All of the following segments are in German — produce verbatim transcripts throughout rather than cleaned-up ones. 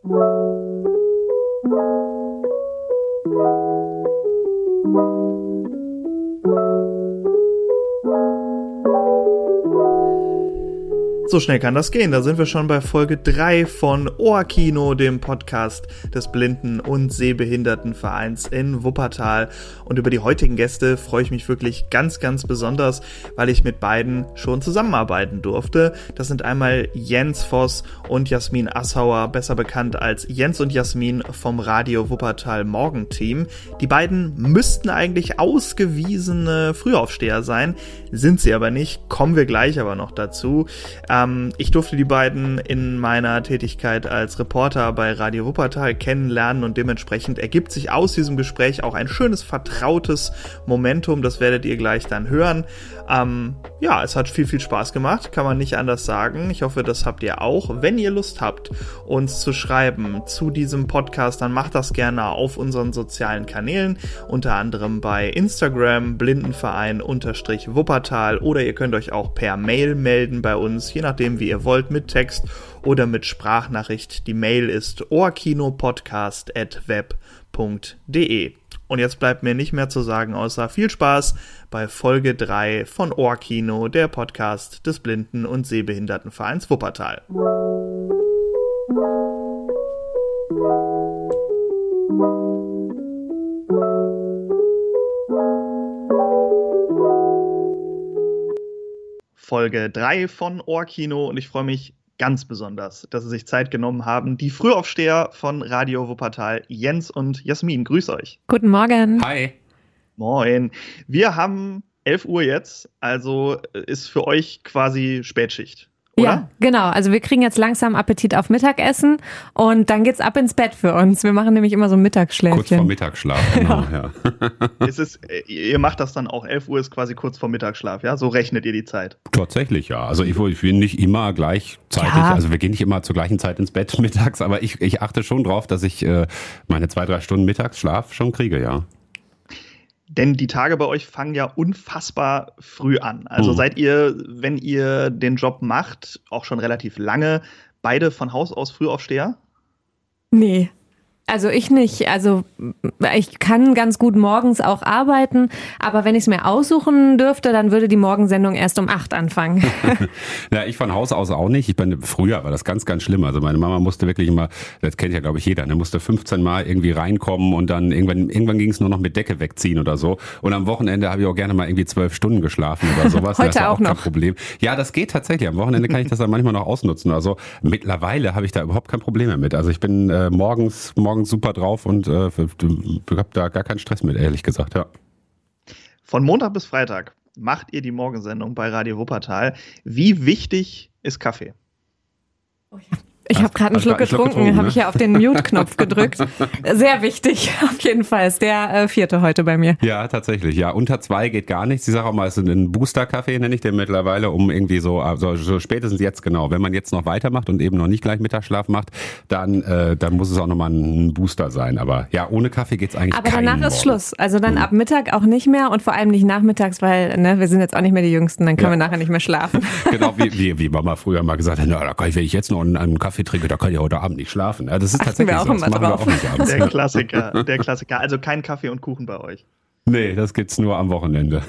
So schnell kann das gehen. Da sind wir schon bei Folge drei von Ohrkino, dem Podcast des Blinden- und Sehbehindertenvereins in Wuppertal. Und über die heutigen Gäste freue ich mich wirklich ganz, ganz besonders, weil ich mit beiden schon zusammenarbeiten durfte. Das sind einmal Jens Voss und Jasmin Assauer, besser bekannt als Jens und Jasmin vom Radio Wuppertal Morgenteam. Die beiden müssten eigentlich ausgewiesene Frühaufsteher sein, sind sie aber nicht. Kommen wir gleich aber noch dazu. Ich durfte die beiden in meiner Tätigkeit als Reporter bei Radio Wuppertal kennenlernen und dementsprechend ergibt sich aus diesem Gespräch auch ein schönes, vertrautes Momentum. Das werdet ihr gleich dann hören. Ähm, ja, es hat viel, viel Spaß gemacht, kann man nicht anders sagen. Ich hoffe, das habt ihr auch. Wenn ihr Lust habt, uns zu schreiben zu diesem Podcast, dann macht das gerne auf unseren sozialen Kanälen, unter anderem bei Instagram, Blindenverein-Wuppertal, oder ihr könnt euch auch per Mail melden bei uns, je nachdem wie ihr wollt, mit Text oder mit Sprachnachricht. Die Mail ist ohrkinopodcast at web punkt de. Und jetzt bleibt mir nicht mehr zu sagen, außer viel Spaß bei Folge drei von Ohrkino, der Podcast des Blinden- und Sehbehindertenvereins Wuppertal. Folge drei von Ohrkino, und ich freue mich ganz besonders, dass Sie sich Zeit genommen haben. Die Frühaufsteher von Radio Wuppertal, Jens und Jasmin. Grüß euch. Guten Morgen. Hi. Moin. Wir haben elf Uhr jetzt, also ist für euch quasi Spätschicht, oder? Ja, genau. Also wir kriegen jetzt langsam Appetit auf Mittagessen und dann geht's ab ins Bett für uns. Wir machen nämlich immer so ein Mittagsschläfchen. Kurz vor Mittagsschlaf, genau. Ja. Ist es, ihr macht das dann auch, elf Uhr ist quasi kurz vor Mittagsschlaf, ja? So rechnet ihr die Zeit? Tatsächlich, ja. Also ich, ich bin nicht immer gleichzeitig, ja. Also wir gehen nicht immer zur gleichen Zeit ins Bett mittags, aber ich, ich achte schon drauf, dass ich äh, meine zwei, drei Stunden Mittagsschlaf schon kriege, ja. Denn die Tage bei euch fangen ja unfassbar früh an. Also mhm. seid ihr, wenn ihr den Job macht, auch schon relativ lange, beide von Haus aus Frühaufsteher? Nee. Also ich nicht. Also ich kann ganz gut morgens auch arbeiten, aber wenn ich es mir aussuchen dürfte, dann würde die Morgensendung erst um acht anfangen. Ja, ich von Haus aus auch nicht. Ich bin, früher war das ganz, ganz schlimm. Also meine Mama musste wirklich immer, das kennt ja glaube ich jeder, ne, musste fünfzehn Mal irgendwie reinkommen und dann irgendwann, irgendwann ging es nur noch mit Decke wegziehen oder so. Und am Wochenende habe ich auch gerne mal irgendwie zwölf Stunden geschlafen oder sowas. Heute das ist auch, auch kein noch. Problem. Ja, das geht tatsächlich. Am Wochenende kann ich das dann manchmal noch ausnutzen. Also mittlerweile habe ich da überhaupt kein Problem mehr mit. Also ich bin äh, morgens, morgens super drauf und äh, habe da gar keinen Stress mit, ehrlich gesagt, ja. Von Montag bis Freitag macht ihr die Morgensendung bei Radio Wuppertal. Wie wichtig ist Kaffee? Oh ja. Ich habe gerade einen Schluck getrunken, getrunken ne? habe ich ja auf den Mute-Knopf gedrückt. Sehr wichtig, auf jeden Fall. Ist der äh, vierte heute bei mir. Ja, tatsächlich. Ja, unter zwei geht gar nichts. Ich sage auch mal, es ist ein Booster-Kaffee, nenne ich den mittlerweile, um irgendwie so, also so spätestens jetzt genau, wenn man jetzt noch weitermacht und eben noch nicht gleich Mittagsschlaf macht, dann, äh, dann muss es auch nochmal ein Booster sein. Aber ja, ohne Kaffee geht's eigentlich Aber keinen danach Morgen. ist Schluss. Also dann mhm. ab Mittag auch nicht mehr und vor allem nicht nachmittags, weil ne, wir sind jetzt auch nicht mehr die Jüngsten, dann können ja. wir nachher nicht mehr schlafen. Genau, wie, wie, wie Mama früher mal gesagt hat, na, da kann ich, wenn ich jetzt noch einen, einen Kaffee trinke, da kann ich heute Abend nicht schlafen. Ja, das ist Achten tatsächlich wir auch so. Das immer machen wir drauf. auch nicht abends. Der Klassiker, der Klassiker. Also kein Kaffee und Kuchen bei euch. Nee, das gibt's nur am Wochenende.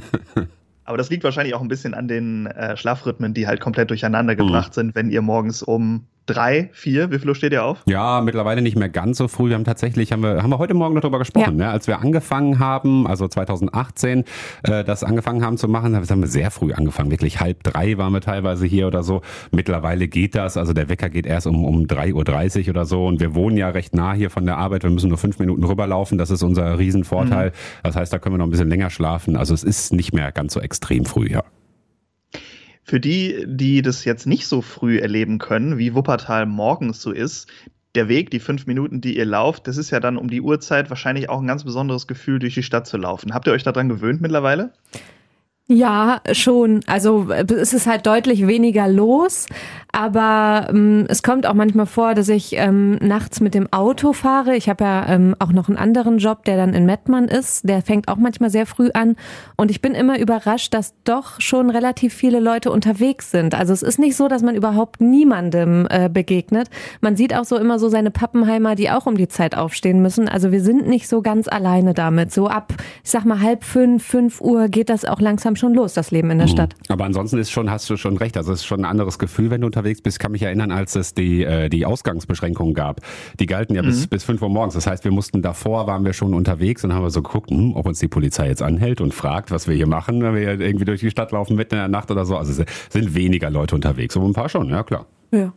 Aber das liegt wahrscheinlich auch ein bisschen an den äh, Schlafrhythmen, die halt komplett durcheinander gebracht mhm. sind, wenn ihr morgens um drei, vier, wie viel Uhr steht ihr auf? Ja, mittlerweile nicht mehr ganz so früh. Wir haben tatsächlich, haben wir, haben wir heute Morgen noch drüber gesprochen, ja. ne? Als wir angefangen haben, also zwanzig achtzehn, äh, das angefangen haben zu machen, haben wir sehr früh angefangen. Wirklich halb drei waren wir teilweise hier oder so. Mittlerweile geht das, also der Wecker geht erst um, um drei Uhr dreißig oder so und wir wohnen ja recht nah hier von der Arbeit. Wir müssen nur fünf Minuten rüberlaufen, das ist unser Riesenvorteil. Mhm. Das heißt, da können wir noch ein bisschen länger schlafen. Also es ist nicht mehr ganz so extrem früh, ja. Für die, die das jetzt nicht so früh erleben können, wie Wuppertal morgens so ist, der Weg, die fünf Minuten, die ihr lauft, das ist ja dann um die Uhrzeit wahrscheinlich auch ein ganz besonderes Gefühl, durch die Stadt zu laufen. Habt ihr euch daran gewöhnt mittlerweile? Ja, schon. Also es ist halt deutlich weniger los, Aber ähm, es kommt auch manchmal vor, dass ich ähm, nachts mit dem Auto fahre. Ich habe ja ähm, auch noch einen anderen Job, der dann in Mettmann ist. Der fängt auch manchmal sehr früh an. Und ich bin immer überrascht, dass doch schon relativ viele Leute unterwegs sind. Also es ist nicht so, dass man überhaupt niemandem äh, begegnet. Man sieht auch so immer so seine Pappenheimer, die auch um die Zeit aufstehen müssen. Also wir sind nicht so ganz alleine damit. So ab, ich sag mal, halb fünf, fünf Uhr geht das auch langsam schon los, das Leben in der Stadt. Aber ansonsten ist schon, hast du schon recht. Also es ist schon ein anderes Gefühl, wenn du unterwegs bist. Ich kann mich erinnern, als es die, äh, die Ausgangsbeschränkungen gab. Die galten ja mhm. bis, bis fünf Uhr morgens. Das heißt, wir mussten davor, waren wir schon unterwegs und haben wir so geguckt, hm, ob uns die Polizei jetzt anhält und fragt, was wir hier machen, wenn wir irgendwie durch die Stadt laufen mitten in der Nacht oder so. Also es sind weniger Leute unterwegs. Aber ein paar schon, ja klar. Ja.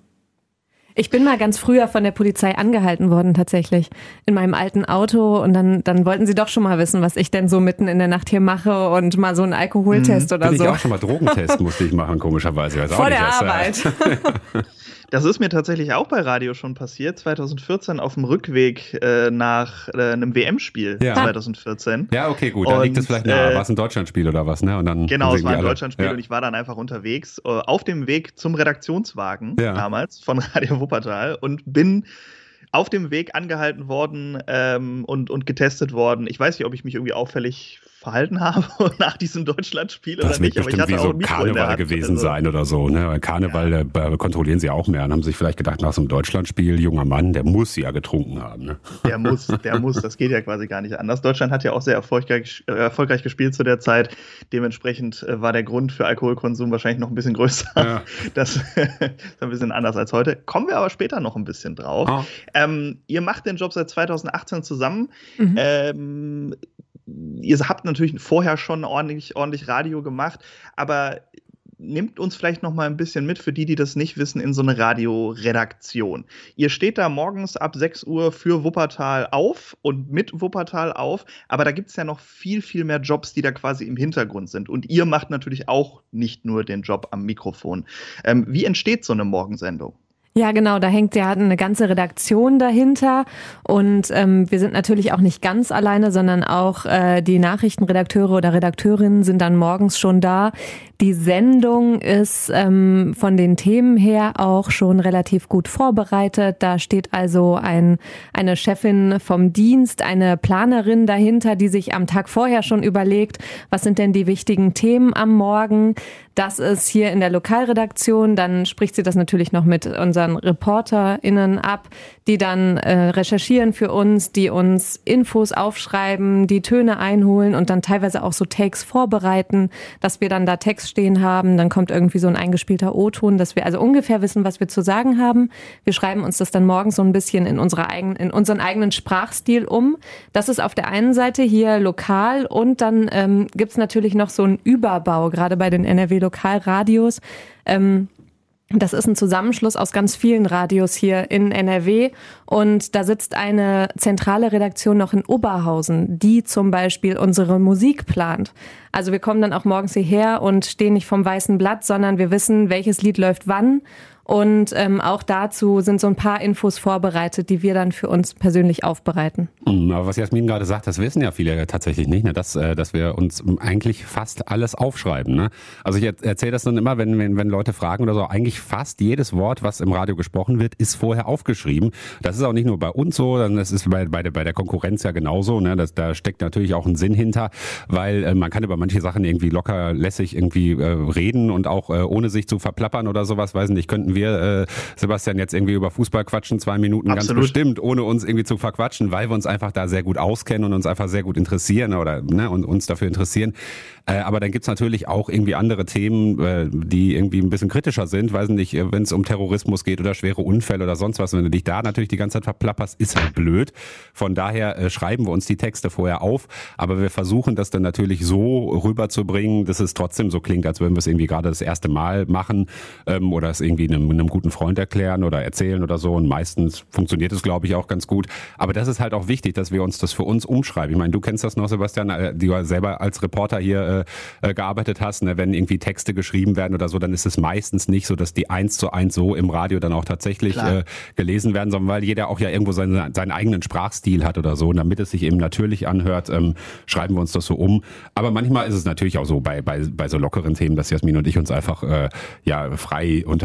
Ich bin mal ganz früher von der Polizei angehalten worden, tatsächlich, in meinem alten Auto. Und dann, dann wollten sie doch schon mal wissen, was ich denn so mitten in der Nacht hier mache und mal so einen Alkoholtest mhm. oder bin so. Ich auch schon mal Drogentest musste ich machen, komischerweise. Ich weiß Vor auch nicht, der was, Arbeit. Das ist mir tatsächlich auch bei Radio schon passiert, zwanzig vierzehn auf dem Rückweg äh, nach äh, einem W M-Spiel ja. zwanzig vierzehn. Ja, okay, gut, da liegt es vielleicht nahe. Äh, war es ein Deutschlandspiel oder was, ne? Und dann genau, es war ein alle. Deutschlandspiel ja. und ich war dann einfach unterwegs äh, auf dem Weg zum Redaktionswagen ja. damals von Radio Wuppertal und bin auf dem Weg angehalten worden ähm, und, und getestet worden. Ich weiß nicht, ob ich mich irgendwie auffällig verhalten habe nach diesem Deutschlandspiel oder nicht, aber ich hatte wie auch so ein Mikro Karneval in der Hand. gewesen also, sein oder so. Ne? Karneval ja. äh, kontrollieren sie auch mehr und haben sich vielleicht gedacht, nach so einem Deutschlandspiel, junger Mann, der muss ja getrunken haben. Ne? Der muss, der muss, das geht ja quasi gar nicht anders. Deutschland hat ja auch sehr erfolgreich, äh, erfolgreich gespielt zu der Zeit. Dementsprechend äh, war der Grund für Alkoholkonsum wahrscheinlich noch ein bisschen größer. Ja. Das ist ein bisschen anders als heute. Kommen wir aber später noch ein bisschen drauf. Oh. Ähm, ihr macht den Job seit zwanzig achtzehn zusammen. Mhm. Ähm, Ihr habt natürlich vorher schon ordentlich, ordentlich Radio gemacht, aber nehmt uns vielleicht noch mal ein bisschen mit, für die, die das nicht wissen, in so eine Radioredaktion. Ihr steht da morgens ab sechs Uhr für Wuppertal auf und mit Wuppertal auf, aber da gibt es ja noch viel, viel mehr Jobs, die da quasi im Hintergrund sind. Und ihr macht natürlich auch nicht nur den Job am Mikrofon. Ähm, wie entsteht so eine Morgensendung? Ja, genau, da hängt ja eine ganze Redaktion dahinter und ähm, wir sind natürlich auch nicht ganz alleine, sondern auch äh, die Nachrichtenredakteure oder Redakteurinnen sind dann morgens schon da. Die Sendung ist ähm, von den Themen her auch schon relativ gut vorbereitet. Da steht also ein, eine Chefin vom Dienst, eine Planerin dahinter, die sich am Tag vorher schon überlegt, was sind denn die wichtigen Themen am Morgen. Das ist hier in der Lokalredaktion. Dann spricht sie das natürlich noch mit unseren ReporterInnen ab, die dann äh, recherchieren für uns, die uns Infos aufschreiben, die Töne einholen und dann teilweise auch so Takes vorbereiten, dass wir dann da Text stehen haben. Dann kommt irgendwie so ein eingespielter O-Ton, dass wir also ungefähr wissen, was wir zu sagen haben. Wir schreiben uns das dann morgens so ein bisschen in, unsere eigenen, in unseren eigenen Sprachstil um. Das ist auf der einen Seite hier lokal und dann ähm, gibt's natürlich noch so einen Überbau, gerade bei den N R W-Lokalradios. Ähm, Das ist ein Zusammenschluss aus ganz vielen Radios hier in N R W und da sitzt eine zentrale Redaktion noch in Oberhausen, die zum Beispiel unsere Musik plant. Also wir kommen dann auch morgens hierher und stehen nicht vom weißen Blatt, sondern wir wissen, welches Lied läuft wann. Und ähm, auch dazu sind so ein paar Infos vorbereitet, die wir dann für uns persönlich aufbereiten. Aber was Jasmin gerade sagt, das wissen ja viele tatsächlich nicht, ne? dass, äh, dass wir uns eigentlich fast alles aufschreiben. Ne? Also ich erzähle das dann immer, wenn, wenn, wenn Leute fragen oder so, eigentlich fast jedes Wort, was im Radio gesprochen wird, ist vorher aufgeschrieben. Das ist auch nicht nur bei uns so, sondern das ist bei, bei, der, bei der Konkurrenz ja genauso. Ne? Das, da steckt natürlich auch ein Sinn hinter, weil äh, man kann über manche Sachen irgendwie locker lässig irgendwie äh, reden und auch äh, ohne sich zu verplappern oder sowas, weiß nicht, könnten wir, äh, Sebastian, jetzt irgendwie über Fußball quatschen, zwei Minuten Absolut. Ganz bestimmt, ohne uns irgendwie zu verquatschen, weil wir uns einfach da sehr gut auskennen und uns einfach sehr gut interessieren oder ne, und uns dafür interessieren. Äh, aber dann gibt's natürlich auch irgendwie andere Themen, äh, die irgendwie ein bisschen kritischer sind, weiß nicht, wenn es um Terrorismus geht oder schwere Unfälle oder sonst was. Wenn du dich da natürlich die ganze Zeit verplapperst, ist halt blöd. Von daher äh, schreiben wir uns die Texte vorher auf, aber wir versuchen das dann natürlich so rüberzubringen, dass es trotzdem so klingt, als würden wir es irgendwie gerade das erste Mal machen ähm, oder es irgendwie einem, einem guten Freund erklären oder erzählen oder so. Und meistens funktioniert es, glaube ich, auch ganz gut. Aber das ist halt auch wichtig, dass wir uns das für uns umschreiben. Ich meine, du kennst das noch, Sebastian, äh, die du selber als Reporter hier äh, gearbeitet hast. Ne? Wenn irgendwie Texte geschrieben werden oder so, dann ist es meistens nicht so, dass die eins zu eins so im Radio dann auch tatsächlich äh, gelesen werden, sondern weil jeder auch ja irgendwo seinen, seinen eigenen Sprachstil hat oder so. Und damit es sich eben natürlich anhört, ähm, schreiben wir uns das so um. Aber manchmal ist es natürlich auch so bei, bei, bei so lockeren Themen, dass Jasmin und ich uns einfach äh, ja frei unterhalten,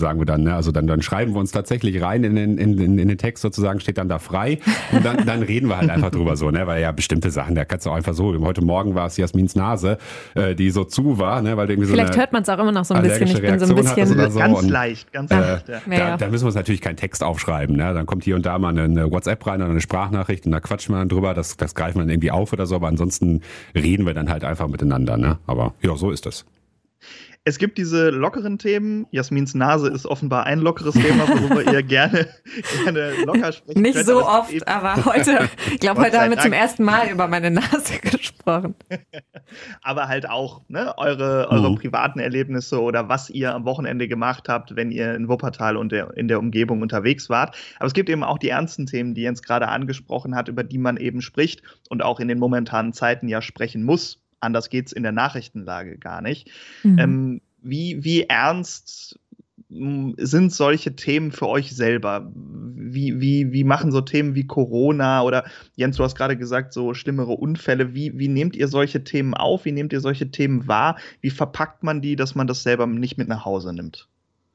sagen wir dann. Ne? Also dann, dann schreiben wir uns tatsächlich rein in den, in, in, in den Text sozusagen, steht dann da frei und dann, dann reden wir halt einfach drüber so, ne? Weil ja bestimmte Sachen, da kannst du auch einfach so, heute Morgen war es Jasmins Nase, äh, die so zu war, ne? Weil irgendwie so Vielleicht hört man es auch immer noch so ein bisschen, ich bin so ein bisschen... Also so. Ganz und, leicht, ganz äh, leicht, ja. Da, ja. da müssen wir uns natürlich keinen Text aufschreiben, ne? Dann kommt hier und da mal eine, eine WhatsApp rein oder eine Sprachnachricht und da quatschen wir dann drüber, das, das greifen wir dann irgendwie auf oder so, aber ansonsten reden wir dann halt einfach miteinander, ne? Aber ja, so ist das. Es gibt diese lockeren Themen. Jasmins Nase ist offenbar ein lockeres Thema, worüber ihr gerne, gerne locker sprechen Nicht könnt. so aber oft, aber heute, ich glaube, heute haben wir zum ersten Mal über meine Nase gesprochen. Aber halt auch ne, eure, eure Mhm. privaten Erlebnisse oder was ihr am Wochenende gemacht habt, wenn ihr in Wuppertal und der, in der Umgebung unterwegs wart. Aber es gibt eben auch die ernsten Themen, die Jens gerade angesprochen hat, über die man eben spricht und auch in den momentanen Zeiten ja sprechen muss. Anders geht's in der Nachrichtenlage gar nicht. Mhm. Ähm, wie, wie ernst m, sind solche Themen für euch selber? Wie, wie, wie machen so Themen wie Corona oder Jens, du hast gerade gesagt, so schlimmere Unfälle. Wie, wie nehmt ihr solche Themen auf? Wie nehmt ihr solche Themen wahr? Wie verpackt man die, dass man das selber nicht mit nach Hause nimmt?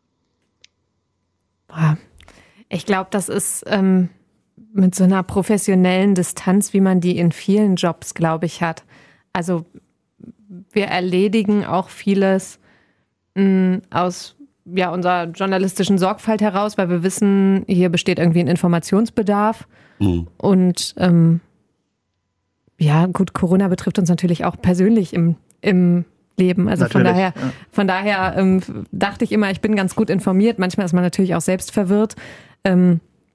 Boah. Ich glaube, das ist ähm, mit so einer professionellen Distanz, wie man die in vielen Jobs, glaube ich, hat. Also wir erledigen auch vieles mh, aus ja, unserer journalistischen Sorgfalt heraus, weil wir wissen, hier besteht irgendwie ein Informationsbedarf. Mhm. Und ähm, ja, gut, Corona betrifft uns natürlich auch persönlich im, im Leben. Also von Natürlich, daher, ja. von daher ähm, dachte ich immer, ich bin ganz gut informiert. Manchmal ist man natürlich auch selbst verwirrt. Ähm,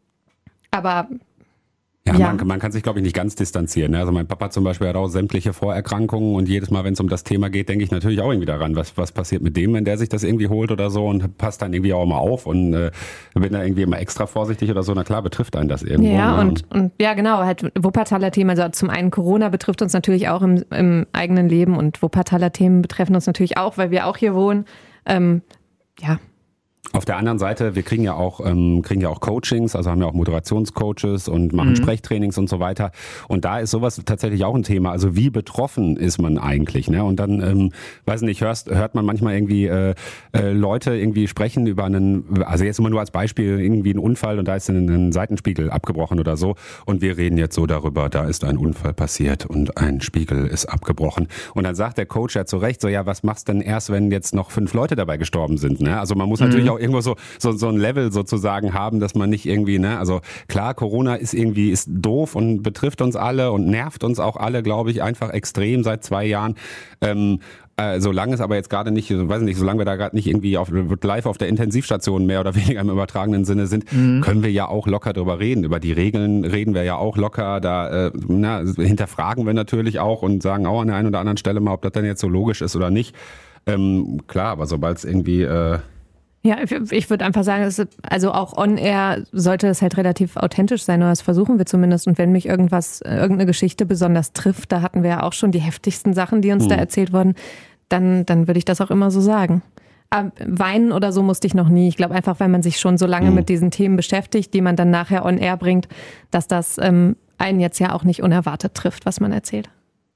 aber Ja, Ja. Man, man kann sich, glaube ich, nicht ganz distanzieren. Ne? Also mein Papa zum Beispiel hat auch sämtliche Vorerkrankungen und jedes Mal, wenn es um das Thema geht, denke ich natürlich auch irgendwie daran, was, was passiert mit dem, wenn der sich das irgendwie holt oder so und passt dann irgendwie auch mal auf und äh, bin da irgendwie immer extra vorsichtig oder so. Na klar, betrifft einen das irgendwo. Ja, ne? und, und ja, genau, halt Wuppertaler Themen. Also zum einen Corona betrifft uns natürlich auch im, im eigenen Leben und Wuppertaler Themen betreffen uns natürlich auch, weil wir auch hier wohnen. Ähm, ja. Auf der anderen Seite, wir kriegen ja auch ähm, kriegen ja auch Coachings, also haben ja auch Moderationscoaches und machen Mhm. Sprechtrainings und so weiter. Und da ist sowas tatsächlich auch ein Thema. Also wie betroffen ist man eigentlich? Ne? Und dann, ähm, weiß nicht, hörst, hört man manchmal irgendwie äh, äh, Leute irgendwie sprechen über einen, also jetzt immer nur als Beispiel, irgendwie ein Unfall und da ist ein, ein Seitenspiegel abgebrochen oder so. Und wir reden jetzt so darüber, da ist ein Unfall passiert und ein Spiegel ist abgebrochen. Und dann sagt der Coach ja zu Recht so, ja, was machst du denn erst, wenn jetzt noch fünf Leute dabei gestorben sind? Ne? Also man muss Mhm. natürlich auch irgendwo so, so, so ein Level sozusagen haben, dass man nicht irgendwie, ne, also klar, Corona ist irgendwie, ist doof und betrifft uns alle und nervt uns auch alle, glaube ich, einfach extrem seit zwei Jahren. Ähm, äh, solange es aber jetzt gerade nicht, weiß nicht, solange wir da gerade nicht irgendwie auf, live auf der Intensivstation mehr oder weniger im übertragenen Sinne sind, Mhm. können wir ja auch locker drüber reden. Über die Regeln reden wir ja auch locker. Da äh, na, hinterfragen wir natürlich auch und sagen auch an der einen oder anderen Stelle mal, ob das dann jetzt so logisch ist oder nicht. Ähm, klar, aber sobald es irgendwie äh, Ja, ich, ich würde einfach sagen, es ist, also auch on-air sollte es halt relativ authentisch sein, oder das versuchen wir zumindest. Und wenn mich irgendwas, irgendeine Geschichte besonders trifft, da hatten wir ja auch schon die heftigsten Sachen, die uns Mhm. da erzählt wurden, dann, dann würde ich das auch immer so sagen. Aber weinen oder so musste ich noch nie. Ich glaube einfach, weil man sich schon so lange Mhm. mit diesen Themen beschäftigt, die man dann nachher on-air bringt, dass das ähm, einen jetzt ja auch nicht unerwartet trifft, was man erzählt.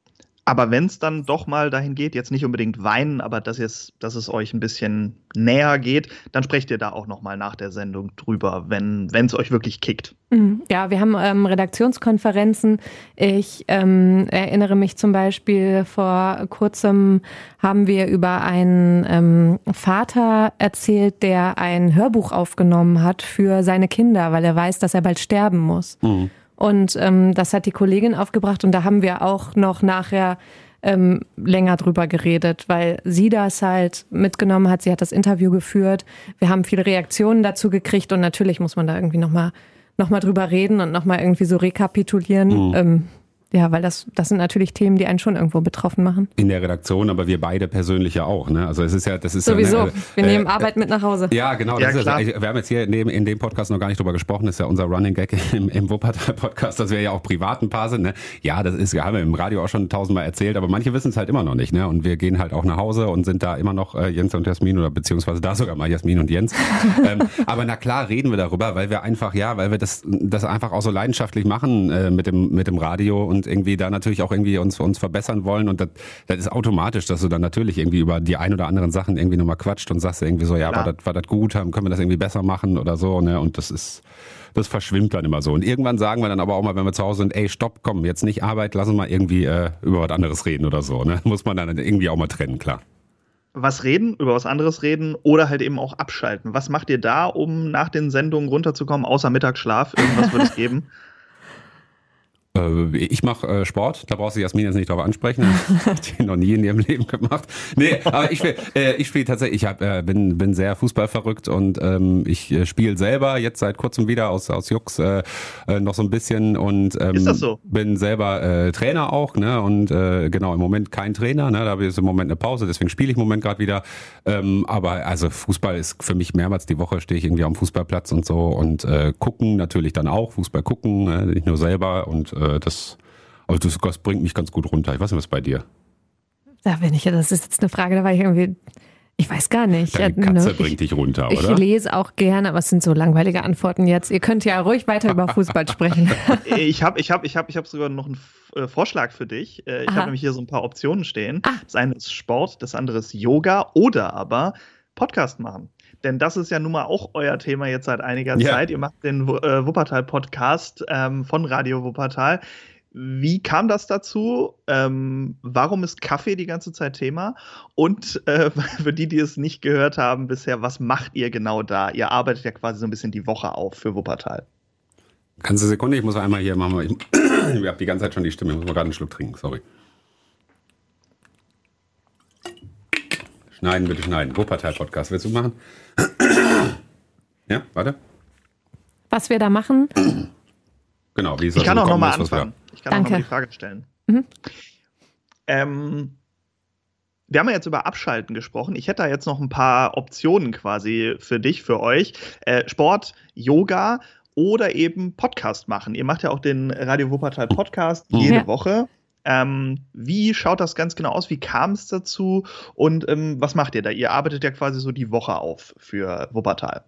Aber wenn es dann doch mal dahin geht, jetzt nicht unbedingt weinen, aber dass, jetzt, dass es euch ein bisschen näher geht, dann sprecht ihr da auch noch mal nach der Sendung drüber, wenn es euch wirklich kickt. Mhm. Ja, wir haben ähm, Redaktionskonferenzen. Ich ähm, erinnere mich zum Beispiel, vor kurzem haben wir über einen ähm, Vater erzählt, der ein Hörbuch aufgenommen hat für seine Kinder, weil er weiß, dass er bald sterben muss. Mhm. Und ähm, das hat die Kollegin aufgebracht und da haben wir auch noch nachher ähm, länger drüber geredet, weil sie das halt mitgenommen hat. Sie hat das Interview geführt. Wir haben viele Reaktionen dazu gekriegt und natürlich muss man da irgendwie nochmal noch mal drüber reden und nochmal irgendwie so rekapitulieren. Mhm. Ähm, ja, weil das, das sind natürlich Themen, die einen schon irgendwo betroffen machen. in der Redaktion, aber wir beide persönlich ja auch. Ne? Also es ist ja, das ist Sowieso. ja, ne, Wir äh, nehmen äh, Arbeit mit nach Hause. Ja, genau. Ja, Das ist, klar. wir haben jetzt hier in dem, in dem Podcast noch gar nicht drüber gesprochen. Das ist ja unser Running Gag im, im Wuppertal-Podcast, dass wir ja auch privat ein Paar sind. Ne? Ja, das ist, wir haben ja im Radio auch schon tausendmal erzählt, aber manche wissen es halt immer noch nicht. Ne? Und wir gehen halt auch nach Hause und sind da immer noch äh, Jens und Jasmin oder beziehungsweise da sogar mal Jasmin und Jens. ähm, aber na klar reden wir darüber, weil wir einfach, ja, weil wir das, das einfach auch so leidenschaftlich machen äh, mit dem, mit dem Radio und und irgendwie da natürlich auch irgendwie uns, uns verbessern wollen und das, das ist automatisch, dass du dann natürlich irgendwie über die ein oder anderen Sachen irgendwie nochmal quatscht und sagst irgendwie so, ja, Klar. war das, war das gut, können wir das irgendwie besser machen oder so, ne, und das ist, das verschwimmt dann immer so. Und irgendwann sagen wir dann aber auch mal, wenn wir zu Hause sind, ey, stopp, komm, jetzt nicht Arbeit, lass uns mal irgendwie äh, über was anderes reden oder so, ne, muss man dann irgendwie auch mal trennen, klar. Was reden, über was anderes reden oder halt eben auch abschalten. Was macht ihr da, um nach den Sendungen runterzukommen, außer Mittagsschlaf? Irgendwas wird es geben? Ich mache äh, Sport, da brauchst du Jasmin jetzt nicht drauf ansprechen. Das hat die noch nie in ihrem Leben gemacht. Nee, aber ich spiele äh, ich spiel tatsächlich, ich hab, äh, bin, bin sehr fußballverrückt und ähm, ich äh, spiele selber jetzt seit kurzem wieder aus, aus Jux äh, äh, noch so ein bisschen und ähm, Ist das so? bin selber äh, Trainer auch, ne? Und äh, genau, im Moment kein Trainer, ne? Da habe ich im Moment eine Pause, deswegen spiele ich im Moment gerade wieder. Ähm, aber also Fußball ist für mich mehrmals die Woche, stehe ich irgendwie am Fußballplatz und so und äh, gucken natürlich dann auch, Fußball gucken, äh, nicht nur selber und Das, also das, das bringt mich ganz gut runter. Ich weiß nicht, was bei dir? Da bin ich, das ist jetzt eine Frage, da war ich irgendwie, ich weiß gar nicht. Deine Katze ich, bringt dich runter, oder? Ich lese auch gerne, aber es sind so langweilige Antworten jetzt. Ihr könnt ja ruhig weiter über Fußball sprechen. Ich habe ich hab, ich hab, ich hab sogar noch einen äh, Vorschlag für dich. Äh, ich habe nämlich hier so ein paar Optionen stehen. Ah. Das eine ist Sport, das andere ist Yoga oder aber Podcast machen. Denn das ist ja nun mal auch euer Thema jetzt seit einiger ja. Zeit. Ihr macht den äh, Wuppertal-Podcast ähm, von Radio Wuppertal. Wie kam das dazu? Ähm, warum ist Kaffee die ganze Zeit Thema? Und äh, für die, die es nicht gehört haben bisher, was macht ihr genau da? Ihr arbeitet ja quasi so ein bisschen die Woche auf für Wuppertal. Ganze Sekunde, ich muss einmal hier machen. Ich, ich habe die ganze Zeit schon die Stimme, ich muss mal gerade einen Schluck trinken, sorry. Schneiden, bitte schneiden. Wuppertal-Podcast, willst du machen? Ja, warte. Was wir da machen? Genau, wie ist das? Ich kann auch nochmal anfangen. Wir... Ich kann auch nochmal die Frage stellen. Mhm. Ähm, wir haben ja jetzt über Abschalten gesprochen. Ich hätte da jetzt noch ein paar Optionen quasi für dich, für euch. Äh, Sport, Yoga oder eben Podcast machen. Ihr macht ja auch den Radio Wuppertal Podcast jede ja. Woche. Ähm, wie schaut das ganz genau aus? Wie kam es dazu? Und ähm, was macht ihr da? Ihr arbeitet ja quasi so die Woche auf für Wuppertal.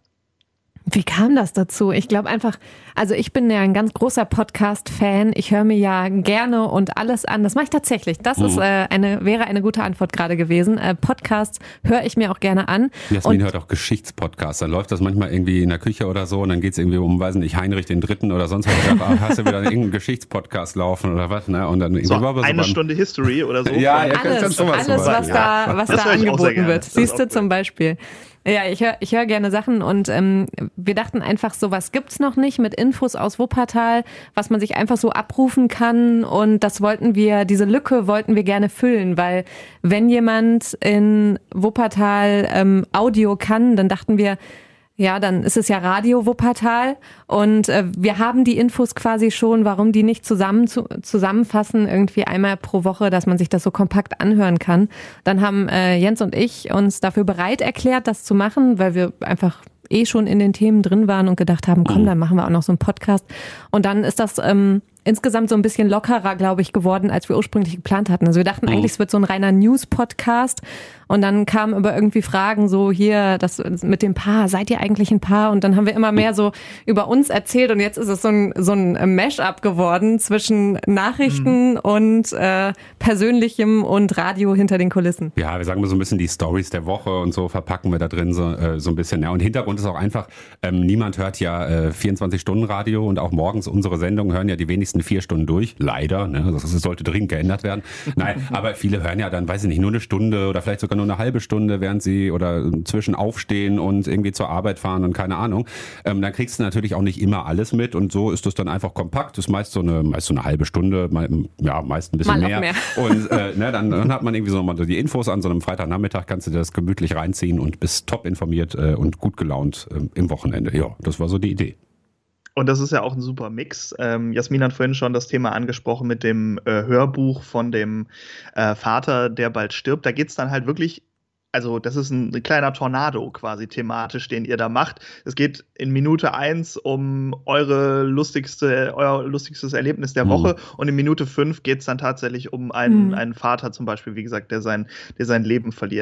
Wie kam das dazu? Ich glaube einfach, also ich bin ja ein ganz großer Podcast-Fan. Ich höre mir ja gerne und alles an. Das mache ich tatsächlich. Das mhm. ist äh, eine wäre eine gute Antwort gerade gewesen. Äh, Podcasts höre ich mir auch gerne an. Jasmin und hört auch Geschichtspodcasts. Dann läuft das manchmal irgendwie in der Küche oder so und dann geht es irgendwie um, weiß nicht, Heinrich den Dritten oder sonst was. Ach, hast du wieder irgendeinen Geschichtspodcast laufen oder was? Ne? Und dann irgendwie so, war so eine beim Stunde History oder so. Ja, ja, alles, alles was da, was da angeboten wird. Siehst du zum Beispiel. Ja, ich höre ich hör gerne Sachen und ähm, wir dachten einfach, sowas gibt's noch nicht mit Infos aus Wuppertal, was man sich einfach so abrufen kann und das wollten wir, diese Lücke wollten wir gerne füllen, weil wenn jemand in Wuppertal ähm, Audio kann, dann dachten wir, ja, dann ist es ja Radio Wuppertal und äh, wir haben die Infos quasi schon, warum die nicht zusammen zu, zusammenfassen, irgendwie einmal pro Woche, dass man sich das so kompakt anhören kann. Dann haben äh, Jens und ich uns dafür bereit erklärt, das zu machen, weil wir einfach eh schon in den Themen drin waren und gedacht haben, komm, dann machen wir auch noch so einen Podcast. Und dann ist das ähm, insgesamt so ein bisschen lockerer, glaube ich, geworden, als wir ursprünglich geplant hatten. Also wir dachten mhm. eigentlich, es wird so ein reiner News-Podcast und dann kamen aber irgendwie Fragen so, hier, das mit dem Paar, seid ihr eigentlich ein Paar? Und dann haben wir immer mehr so über uns erzählt und jetzt ist es so ein, so ein Mash-up geworden zwischen Nachrichten mhm. und äh, Persönlichem und Radio hinter den Kulissen. Ja, wir sagen mal so ein bisschen die Stories der Woche und so verpacken wir da drin so, äh, so ein bisschen. Ja. Und Hintergrund ist auch einfach, ähm, niemand hört ja äh, vierundzwanzig Stunden Radio und auch morgens unsere Sendung hören ja die wenigsten vier Stunden durch. Leider, ne? Das sollte dringend geändert werden. Nein, aber viele hören ja dann, weiß ich nicht, nur eine Stunde oder vielleicht sogar nur eine halbe Stunde, während sie oder zwischen aufstehen und irgendwie zur Arbeit fahren und keine Ahnung. Ähm, dann kriegst du natürlich auch nicht immer alles mit und so ist das dann einfach kompakt. Das ist meist so eine, meist so eine halbe Stunde, ja, meist ein bisschen mehr. mehr. Und äh, ne, dann, dann hat man irgendwie so nochmal die Infos an so einem Freitagnachmittag, kannst du dir das gemütlich reinziehen und bist top informiert äh, und gut gelaunt äh, im Wochenende. Ja, das war so die Idee. Und das ist ja auch ein super Mix. Ähm, Jasmin hat vorhin schon das Thema angesprochen mit dem äh, Hörbuch von dem äh, Vater, der bald stirbt. Da geht's dann halt wirklich, also das ist ein, ein kleiner Tornado quasi thematisch, den ihr da macht. Es geht in Minute eins um eure lustigste, euer lustigstes Erlebnis der Woche mhm. und in Minute fünf geht's dann tatsächlich um einen, mhm. einen Vater zum Beispiel, wie gesagt, der sein, der sein Leben verliert.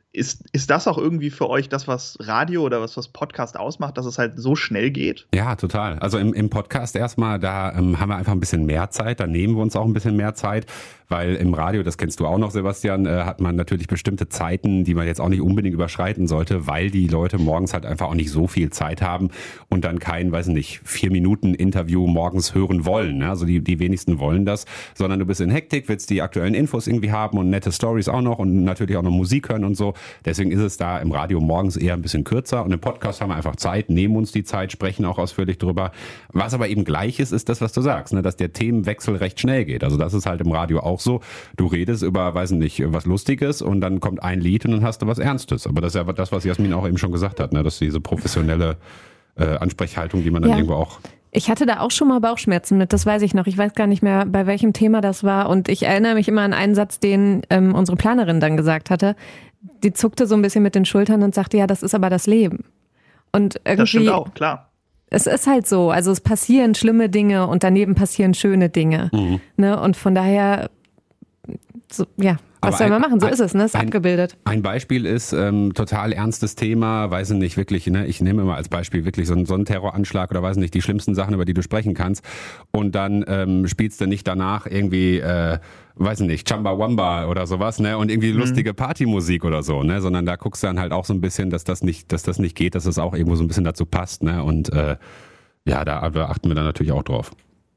Ist, ist das auch irgendwie für euch das, was Radio oder was, was Podcast ausmacht, dass es halt so schnell geht? Ja, total. Also im, im Podcast erstmal, da ähm, haben wir einfach ein bisschen mehr Zeit, da nehmen wir uns auch ein bisschen mehr Zeit, weil im Radio, das kennst du auch noch, Sebastian, äh, hat man natürlich bestimmte Zeiten, die man jetzt auch nicht unbedingt überschreiten sollte, weil die Leute morgens halt einfach auch nicht so viel Zeit haben und dann kein, weiß nicht, vier Minuten Interview morgens hören wollen. Ne? Also die, die wenigsten wollen das, sondern du bist in Hektik, willst die aktuellen Infos irgendwie haben und nette Stories auch noch und natürlich auch noch Musik hören und so. Deswegen ist es da im Radio morgens eher ein bisschen kürzer und im Podcast haben wir einfach Zeit, nehmen uns die Zeit, sprechen auch ausführlich drüber. Was aber eben gleich ist, ist das, was du sagst, ne? Dass der Themenwechsel recht schnell geht. Also das ist halt im Radio auch so. Du redest über, weiß nicht, was Lustiges und dann kommt ein Lied und dann hast du was Ernstes. Aber das ist ja das, was Jasmin auch eben schon gesagt hat, ne? Dass diese professionelle äh, Ansprechhaltung, die man dann ja irgendwo auch... Ich hatte da auch schon mal Bauchschmerzen mit, das weiß ich noch. Ich weiß gar nicht mehr, bei welchem Thema das war. Und ich erinnere mich immer an einen Satz, den ähm, unsere Planerin dann gesagt hatte. Die zuckte so ein bisschen mit den Schultern und sagte, ja, das ist aber das Leben. Und irgendwie, das stimmt auch, klar. Es ist halt so, also es passieren schlimme Dinge und daneben passieren schöne Dinge. Mhm. Ne? Und von daher, so, ja. Was soll man machen? So ein, ist es, ne? Ist ein, abgebildet. Ein Beispiel ist ähm, total ernstes Thema, weiß ich nicht, wirklich, ne? Ich nehme immer als Beispiel wirklich so einen, so einen Terroranschlag oder weiß nicht, die schlimmsten Sachen, über die du sprechen kannst. Und dann ähm, spielst du nicht danach irgendwie, äh, weiß ich nicht, Chumbawamba oder sowas, ne? Und irgendwie lustige Partymusik oder so, ne? Sondern da guckst du dann halt auch so ein bisschen, dass das nicht, dass das nicht geht, dass es auch irgendwo so ein bisschen dazu passt, ne? Und äh, ja, da achten wir dann natürlich auch drauf.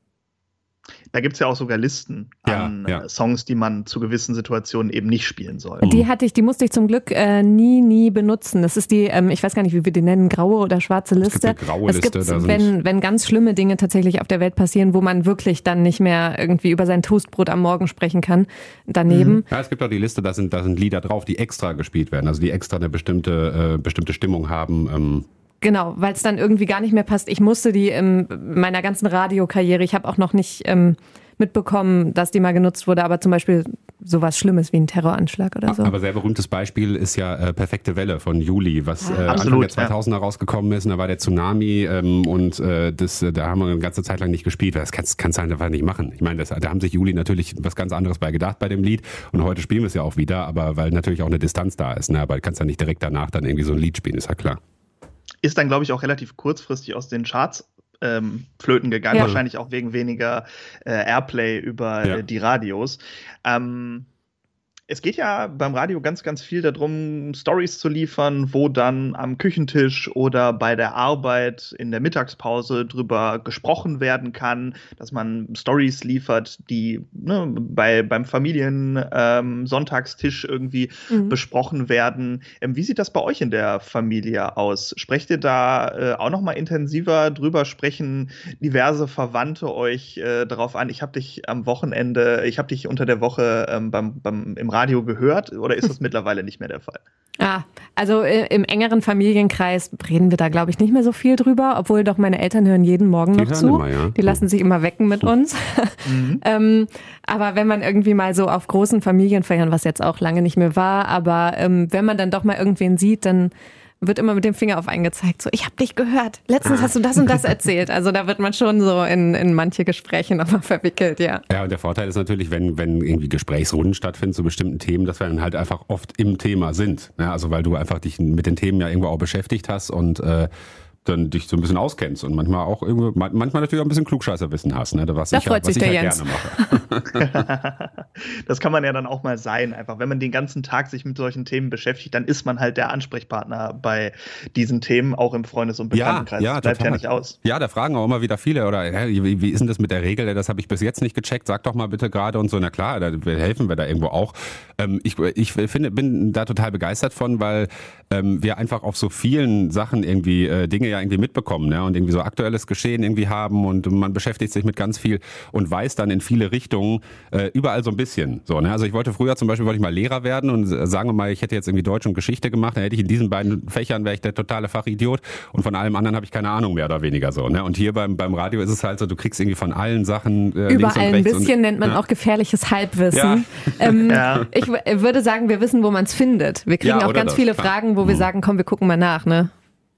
Da gibt es ja auch sogar Listen ja, an ja. Äh, Songs, die man zu gewissen Situationen eben nicht spielen soll. Die hatte ich, die musste ich zum Glück äh, nie, nie benutzen. Das ist die, ähm, ich weiß gar nicht, wie wir die nennen, graue oder schwarze Liste. Es gibt eine graue es Liste. Gibt's, da wenn, wenn ganz schlimme Dinge tatsächlich auf der Welt passieren, wo man wirklich dann nicht mehr irgendwie über sein Toastbrot am Morgen sprechen kann, daneben. Mhm. Ja, es gibt auch die Liste, da sind, da sind Lieder drauf, die extra gespielt werden, also die extra eine bestimmte, äh, bestimmte Stimmung haben. Ähm Genau, weil es dann irgendwie gar nicht mehr passt. Ich musste die in meiner ganzen Radiokarriere, ich habe auch noch nicht ähm, mitbekommen, dass die mal genutzt wurde, aber zum Beispiel sowas Schlimmes wie ein Terroranschlag oder so. Aber sehr berühmtes Beispiel ist ja äh, Perfekte Welle von Juli, was äh, Absolut, Anfang der zweitausender ja. rausgekommen ist. Und da war der Tsunami ähm, und äh, das, da haben wir eine ganze Zeit lang nicht gespielt. Das kannst du einfach nicht machen. Ich meine, das, da haben sich Juli natürlich was ganz anderes bei gedacht bei dem Lied. Und heute spielen wir es ja auch wieder, aber weil natürlich auch eine Distanz da ist. Ne? Aber du kannst ja nicht direkt danach dann irgendwie so ein Lied spielen, ist ja klar. Ist dann, glaube ich, auch relativ kurzfristig aus den Charts ähm, flöten gegangen. Ja. Wahrscheinlich auch wegen weniger äh, Airplay über ja. äh, die Radios. Ähm, es geht ja beim Radio ganz, ganz viel darum, Storys zu liefern, wo dann am Küchentisch oder bei der Arbeit in der Mittagspause drüber gesprochen werden kann, dass man Storys liefert, die ne, bei, beim Familien-Sonntagstisch ähm, irgendwie mhm. besprochen werden. Ähm, wie sieht das bei euch in der Familie aus? Sprecht ihr da äh, auch noch mal intensiver drüber? Sprechen diverse Verwandte euch äh, darauf an? Ich habe dich am Wochenende, ich habe dich unter der Woche ähm, beim, beim, im Radio gehört, oder ist das mittlerweile nicht mehr der Fall? Ah, also äh, im engeren Familienkreis reden wir da, glaube ich, nicht mehr so viel drüber, obwohl doch meine Eltern hören jeden Morgen noch zu. Immer, ja. Die lassen sich immer wecken mit uns. Mhm. ähm, aber wenn man irgendwie mal so auf großen Familienfeiern, was jetzt auch lange nicht mehr war, aber ähm, wenn man dann doch mal irgendwen sieht, dann wird immer mit dem Finger auf einen gezeigt, so, ich habe dich gehört, letztens hast du das und das erzählt. Also da wird man schon so in, in manche Gespräche nochmal verwickelt, ja. Ja, und der Vorteil ist natürlich, wenn, wenn irgendwie Gesprächsrunden stattfinden zu bestimmten Themen, dass wir dann halt einfach oft im Thema sind. Ja, also weil du einfach dich mit den Themen ja irgendwo auch beschäftigt hast und äh, dann dich so ein bisschen auskennst und manchmal auch irgendwie, manchmal natürlich auch ein bisschen Klugscheißerwissen hast, ne? Was da ich, freut was sich ich der halt Jens. gerne mache. Das kann man ja dann auch mal sein, einfach. Wenn man den ganzen Tag sich mit solchen Themen beschäftigt, dann ist man halt der Ansprechpartner bei diesen Themen, auch im Freundes- und Bekanntenkreis. Ja, ja, das bleibt total. ja nicht aus. Ja, da fragen auch immer wieder viele, oder wie, wie ist denn das mit der Regel? Das habe ich bis jetzt nicht gecheckt. Sag doch mal bitte gerade und so. Na klar, da helfen wir da irgendwo auch. Ähm, ich ich finde, bin da total begeistert von, weil ähm, wir einfach auf so vielen Sachen irgendwie äh, Dinge ja irgendwie mitbekommen, ne? Und irgendwie so aktuelles Geschehen irgendwie haben und man beschäftigt sich mit ganz viel und weiß dann in viele Richtungen äh, überall so ein bisschen. So, ne? Also ich wollte früher zum Beispiel wollte ich mal Lehrer werden und sagen wir mal, ich hätte jetzt irgendwie Deutsch und Geschichte gemacht, dann hätte ich in diesen beiden Fächern wäre ich der totale Fachidiot und von allem anderen habe ich keine Ahnung mehr oder weniger so. Ne? Und hier beim beim Radio ist es halt so, du kriegst irgendwie von allen Sachen äh, überall links und rechts ein bisschen und, nennt man ja. auch gefährliches Halbwissen. Ja. Ähm, ja. Ich w- würde sagen, wir wissen, wo man es findet. Wir kriegen Ja, auch ganz das, viele klar. Fragen, wo wir Mhm. sagen, komm, wir gucken mal nach, ne?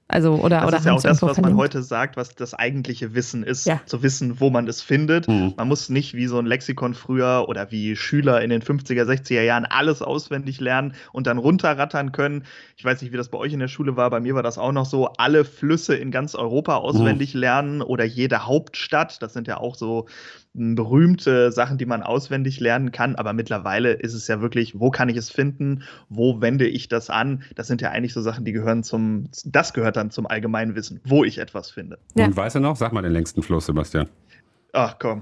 Also, oder, das oder ist ja auch das, was verlinkt. man heute sagt, was das eigentliche Wissen ist, ja. zu wissen, wo man es findet. Mhm. Man muss nicht wie so ein Lexikon früher oder wie Schüler in den fünfziger, sechziger Jahren alles auswendig lernen und dann runterrattern können. Ich weiß nicht, wie das bei euch in der Schule war, bei mir war das auch noch so, alle Flüsse in ganz Europa auswendig mhm. lernen oder jede Hauptstadt, das sind ja auch so berühmte Sachen, die man auswendig lernen kann, aber mittlerweile ist es ja wirklich, wo kann ich es finden, wo wende ich das an? Das sind ja eigentlich so Sachen, die gehören zum, das gehört dann zum Allgemeinwissen, wo ich etwas finde. Ja. Und weißt du noch, sag mal den längsten Fluss, Sebastian. Ach komm.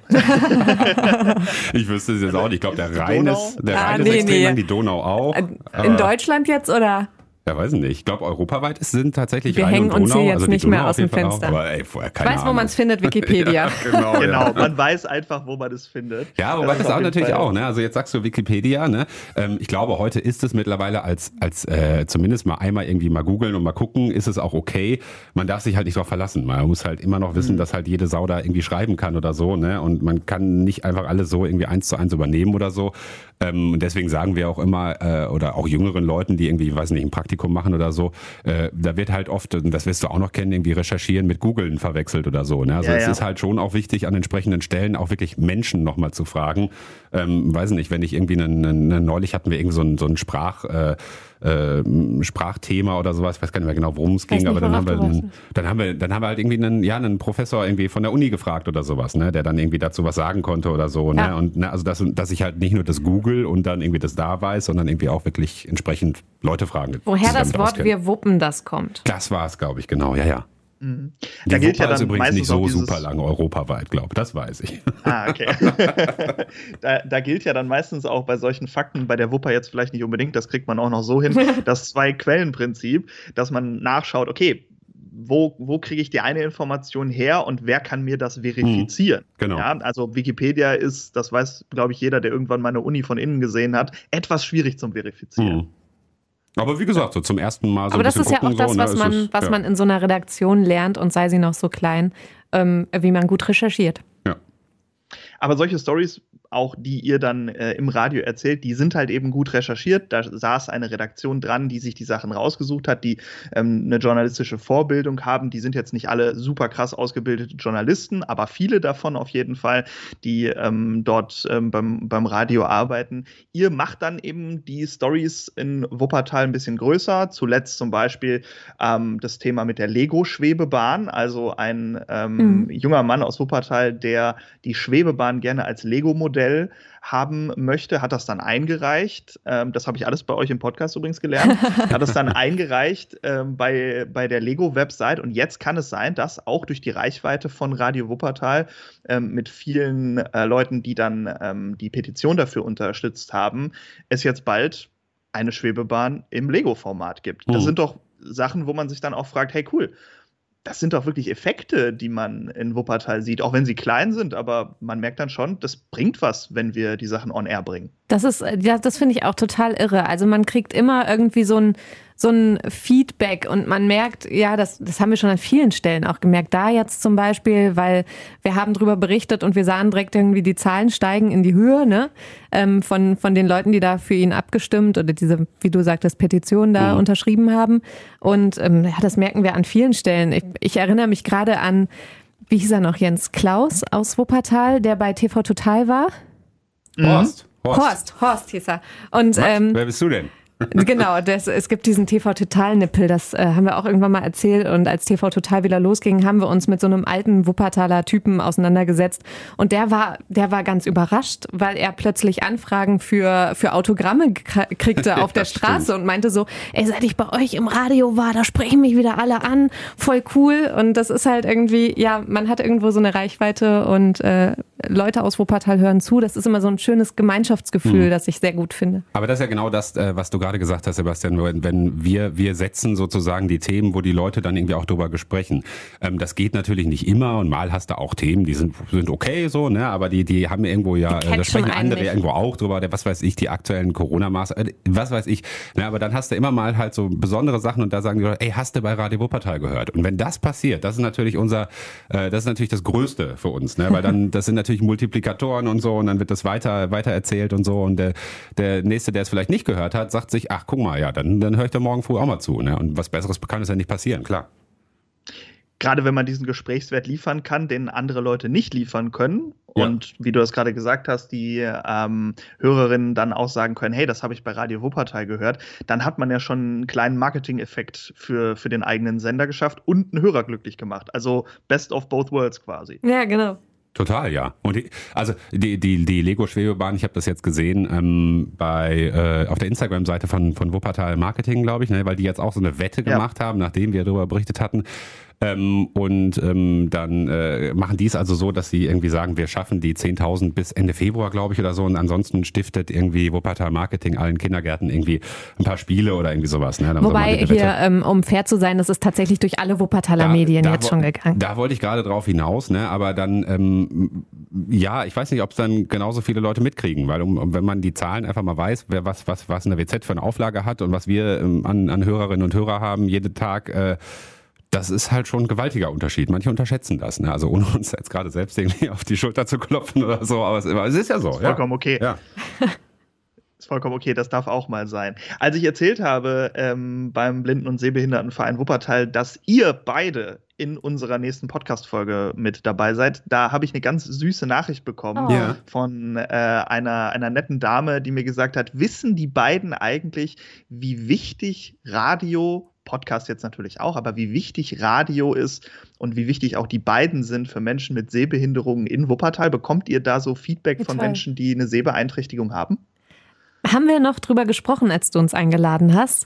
Ich wüsste es jetzt auch nicht. Ich glaube, der Rhein ist, der ah, Rhein nee, ist extrem nee. lang, die Donau auch. In Deutschland jetzt, oder? Ja, weiß nicht. Ich glaube, europaweit sind tatsächlich Wir Rhein hängen und Donau. uns hier jetzt also nicht Donau mehr aus dem Fenster. Auch, aber ey, vorher keine weiß, Ahnung. wo man es findet, Wikipedia. ja, genau, genau. Ja. Man weiß einfach, wo man es findet. Ja, wobei das, das auch natürlich Fall. auch. Ne? Also jetzt sagst du Wikipedia. Ne? Ähm, ich glaube, heute ist es mittlerweile als, als äh, zumindest mal einmal irgendwie mal googeln und mal gucken, ist es auch okay. Man darf sich halt nicht drauf verlassen. Man muss halt immer noch wissen, mhm. dass halt jede Sau da irgendwie schreiben kann oder so. Ne? Und man kann nicht einfach alles so irgendwie eins zu eins übernehmen oder so. Ähm, und deswegen sagen wir auch immer, äh, oder auch jüngeren Leuten, die irgendwie, weiß nicht, ein Praktikum machen oder so, äh, da wird halt oft, das wirst du auch noch kennen, irgendwie recherchieren mit Googlen verwechselt oder so. Ne? Also ja, es ja. ist halt schon auch wichtig, an entsprechenden Stellen auch wirklich Menschen nochmal zu fragen. Ähm, weiß nicht, wenn ich irgendwie, einen, einen, neulich hatten wir irgendwie so ein, so ein Sprach, äh, äh, Sprachthema oder sowas, ich weiß gar nicht mehr genau, worum es ging, nicht, aber dann haben, wir einen, dann haben wir dann haben wir halt irgendwie einen, ja, einen Professor irgendwie von der Uni gefragt oder sowas, ne, der dann irgendwie dazu was sagen konnte oder so. Ja. Ne? Und ne, also dass, dass ich halt nicht nur das Google und dann irgendwie das da weiß, sondern irgendwie auch wirklich entsprechend Leute fragen. Woher das Wort auskennen. Wir wuppen das kommt. Das war es, glaube ich, genau, ja, ja. Mhm. Die da gilt Wupper ja dann ist übrigens meistens nicht so dieses... super lang europaweit, glaube ich, das weiß ich. Ah, okay. da, da gilt ja dann meistens auch bei solchen Fakten, bei der Wupper jetzt vielleicht nicht unbedingt, das kriegt man auch noch so hin, das Zwei-Quellen-Prinzip, dass man nachschaut, okay, wo, wo kriege ich die eine Information her und wer kann mir das verifizieren? Mhm, genau. Ja, also Wikipedia ist, das weiß, glaube ich, jeder, der irgendwann mal eine Uni von innen gesehen hat, etwas schwierig zum Verifizieren. Mhm. Aber wie gesagt, so zum ersten Mal so Aber ein das bisschen ist ja gucken, auch das, so, was, ne, man, es, was ja. man in so einer Redaktion lernt und sei sie noch so klein, ähm, wie man gut recherchiert. Ja. Aber solche Stories, auch die ihr dann äh, im Radio erzählt, die sind halt eben gut recherchiert. Da saß eine Redaktion dran, die sich die Sachen rausgesucht hat, die ähm, eine journalistische Vorbildung haben. Die sind jetzt nicht alle super krass ausgebildete Journalisten, aber viele davon auf jeden Fall, die ähm, dort ähm, beim, beim Radio arbeiten. Ihr macht dann eben die Stories in Wuppertal ein bisschen größer. Zuletzt zum Beispiel ähm, das Thema mit der Lego-Schwebebahn. Also ein ähm, mhm. junger Mann aus Wuppertal, der die Schwebebahn gerne als Lego-Modell haben möchte, hat das dann eingereicht. Ähm, das habe ich alles bei euch im Podcast übrigens gelernt. Hat das dann eingereicht ähm, bei, bei der Lego-Website. Und jetzt kann es sein, dass auch durch die Reichweite von Radio Wuppertal ähm, mit vielen äh, Leuten, die dann ähm, die Petition dafür unterstützt haben, es jetzt bald eine Schwebebahn im Lego-Format gibt. Das mhm. sind doch Sachen, wo man sich dann auch fragt, hey cool, das sind doch wirklich Effekte, die man in Wuppertal sieht, auch wenn sie klein sind, aber man merkt dann schon, das bringt was, wenn wir die Sachen on air bringen. Das ist, ja, das finde ich auch total irre. Also man kriegt immer irgendwie so ein, so ein Feedback und man merkt, ja, das, das haben wir schon an vielen Stellen auch gemerkt. Da jetzt zum Beispiel, weil wir haben drüber berichtet und wir sahen direkt irgendwie die Zahlen steigen in die Höhe, ne, ähm, von, von den Leuten, die da für ihn abgestimmt oder diese, wie du sagtest, Petition da mhm. unterschrieben haben. Und ähm, ja, das merken wir an vielen Stellen. Ich, ich erinnere mich gerade an, wie hieß er noch, Jens Klaus aus Wuppertal, der bei T V Total war. Horst. Horst, Horst, Horst hieß er. Und, ähm, wer bist du denn? Genau, das, es gibt diesen T V-Total-Nippel, das äh, haben wir auch irgendwann mal erzählt und als T V-Total wieder losging, haben wir uns mit so einem alten Wuppertaler Typen auseinandergesetzt und der war, der war ganz überrascht, weil er plötzlich Anfragen für, für Autogramme k- kriegte auf der Straße stimmt. und meinte so, ey, seit ich bei euch im Radio war, da sprechen mich wieder alle an, voll cool und das ist halt irgendwie, ja, man hat irgendwo so eine Reichweite und äh, Leute aus Wuppertal hören zu, das ist immer so ein schönes Gemeinschaftsgefühl, mhm. das ich sehr gut finde. Aber das ist ja genau das, was du gerade gesagt hast, Sebastian, wenn wir, wir setzen sozusagen die Themen, wo die Leute dann irgendwie auch drüber sprechen. Das geht natürlich nicht immer und mal hast du auch Themen, die sind, sind okay so, ne, aber die, die haben irgendwo ja, da sprechen andere nicht. Irgendwo auch drüber, was weiß ich, die aktuellen Corona-Maßnahmen, was weiß ich, ne, aber dann hast du immer mal halt so besondere Sachen und da sagen die Leute, ey, hast du bei Radio Wuppertal gehört? Und wenn das passiert, das ist natürlich unser, das ist natürlich das Größte für uns, ne, weil dann, das sind natürlich Multiplikatoren und so und dann wird das weiter, weiter erzählt und so und der, der Nächste, der es vielleicht nicht gehört hat, sagt sich, ach, guck mal, ja, dann, dann höre ich da morgen früh auch mal zu, ne, und was Besseres kann es ja nicht passieren, klar. gerade wenn man diesen Gesprächswert liefern kann, den andere Leute nicht liefern können. Ja. Und wie du das gerade gesagt hast, die ähm, Hörerinnen dann auch sagen können, hey, das habe ich bei Radio Wuppertal gehört, dann hat man ja schon einen kleinen Marketing-Effekt für, für den eigenen Sender geschafft und einen Hörer glücklich gemacht. Also best of both worlds quasi. Ja, genau. Total, ja. Und die, also die die die Lego Schwebebahn, ich habe das jetzt gesehen ähm, bei äh, auf der Instagram-Seite von von Wuppertal Marketing, glaube ich, ne, weil die jetzt auch so eine Wette gemacht ja. haben, nachdem wir darüber berichtet hatten. Ähm, und ähm, dann äh, machen die es also so, dass sie irgendwie sagen, wir schaffen die zehntausend bis Ende Februar, glaube ich, oder so. Und ansonsten stiftet irgendwie Wuppertal Marketing allen Kindergärten irgendwie ein paar Spiele oder irgendwie sowas. Ne? Dann Wobei hier, ähm, um fair zu sein, das ist tatsächlich durch alle Wuppertaler da, Medien da, jetzt schon gegangen. Da wollte ich gerade drauf hinaus, ne? Aber dann, ähm, ja, ich weiß nicht, ob es dann genauso viele Leute mitkriegen, weil um, wenn man die Zahlen einfach mal weiß, wer was was was eine W Z für eine Auflage hat und was wir ähm, an, an Hörerinnen und Hörer haben, jeden Tag, äh, das ist halt schon ein gewaltiger Unterschied. Manche unterschätzen das, ne? Also ohne uns jetzt gerade selbst irgendwie auf die Schulter zu klopfen oder so, aber es, es ist ja so. Ist vollkommen ja. okay. Ja. Ist vollkommen okay, das darf auch mal sein. Als ich erzählt habe ähm, beim Blinden- und Sehbehindertenverein Wuppertal, dass ihr beide in unserer nächsten Podcast-Folge mit dabei seid, da habe ich eine ganz süße Nachricht bekommen oh. ja. von äh, einer, einer netten Dame, die mir gesagt hat, wissen die beiden eigentlich, wie wichtig Radio Podcast jetzt natürlich auch, aber wie wichtig Radio ist und wie wichtig auch die beiden sind für Menschen mit Sehbehinderungen in Wuppertal. Bekommt ihr da so Feedback Total. von Menschen, die eine Sehbeeinträchtigung haben? Haben wir noch drüber gesprochen, als du uns eingeladen hast.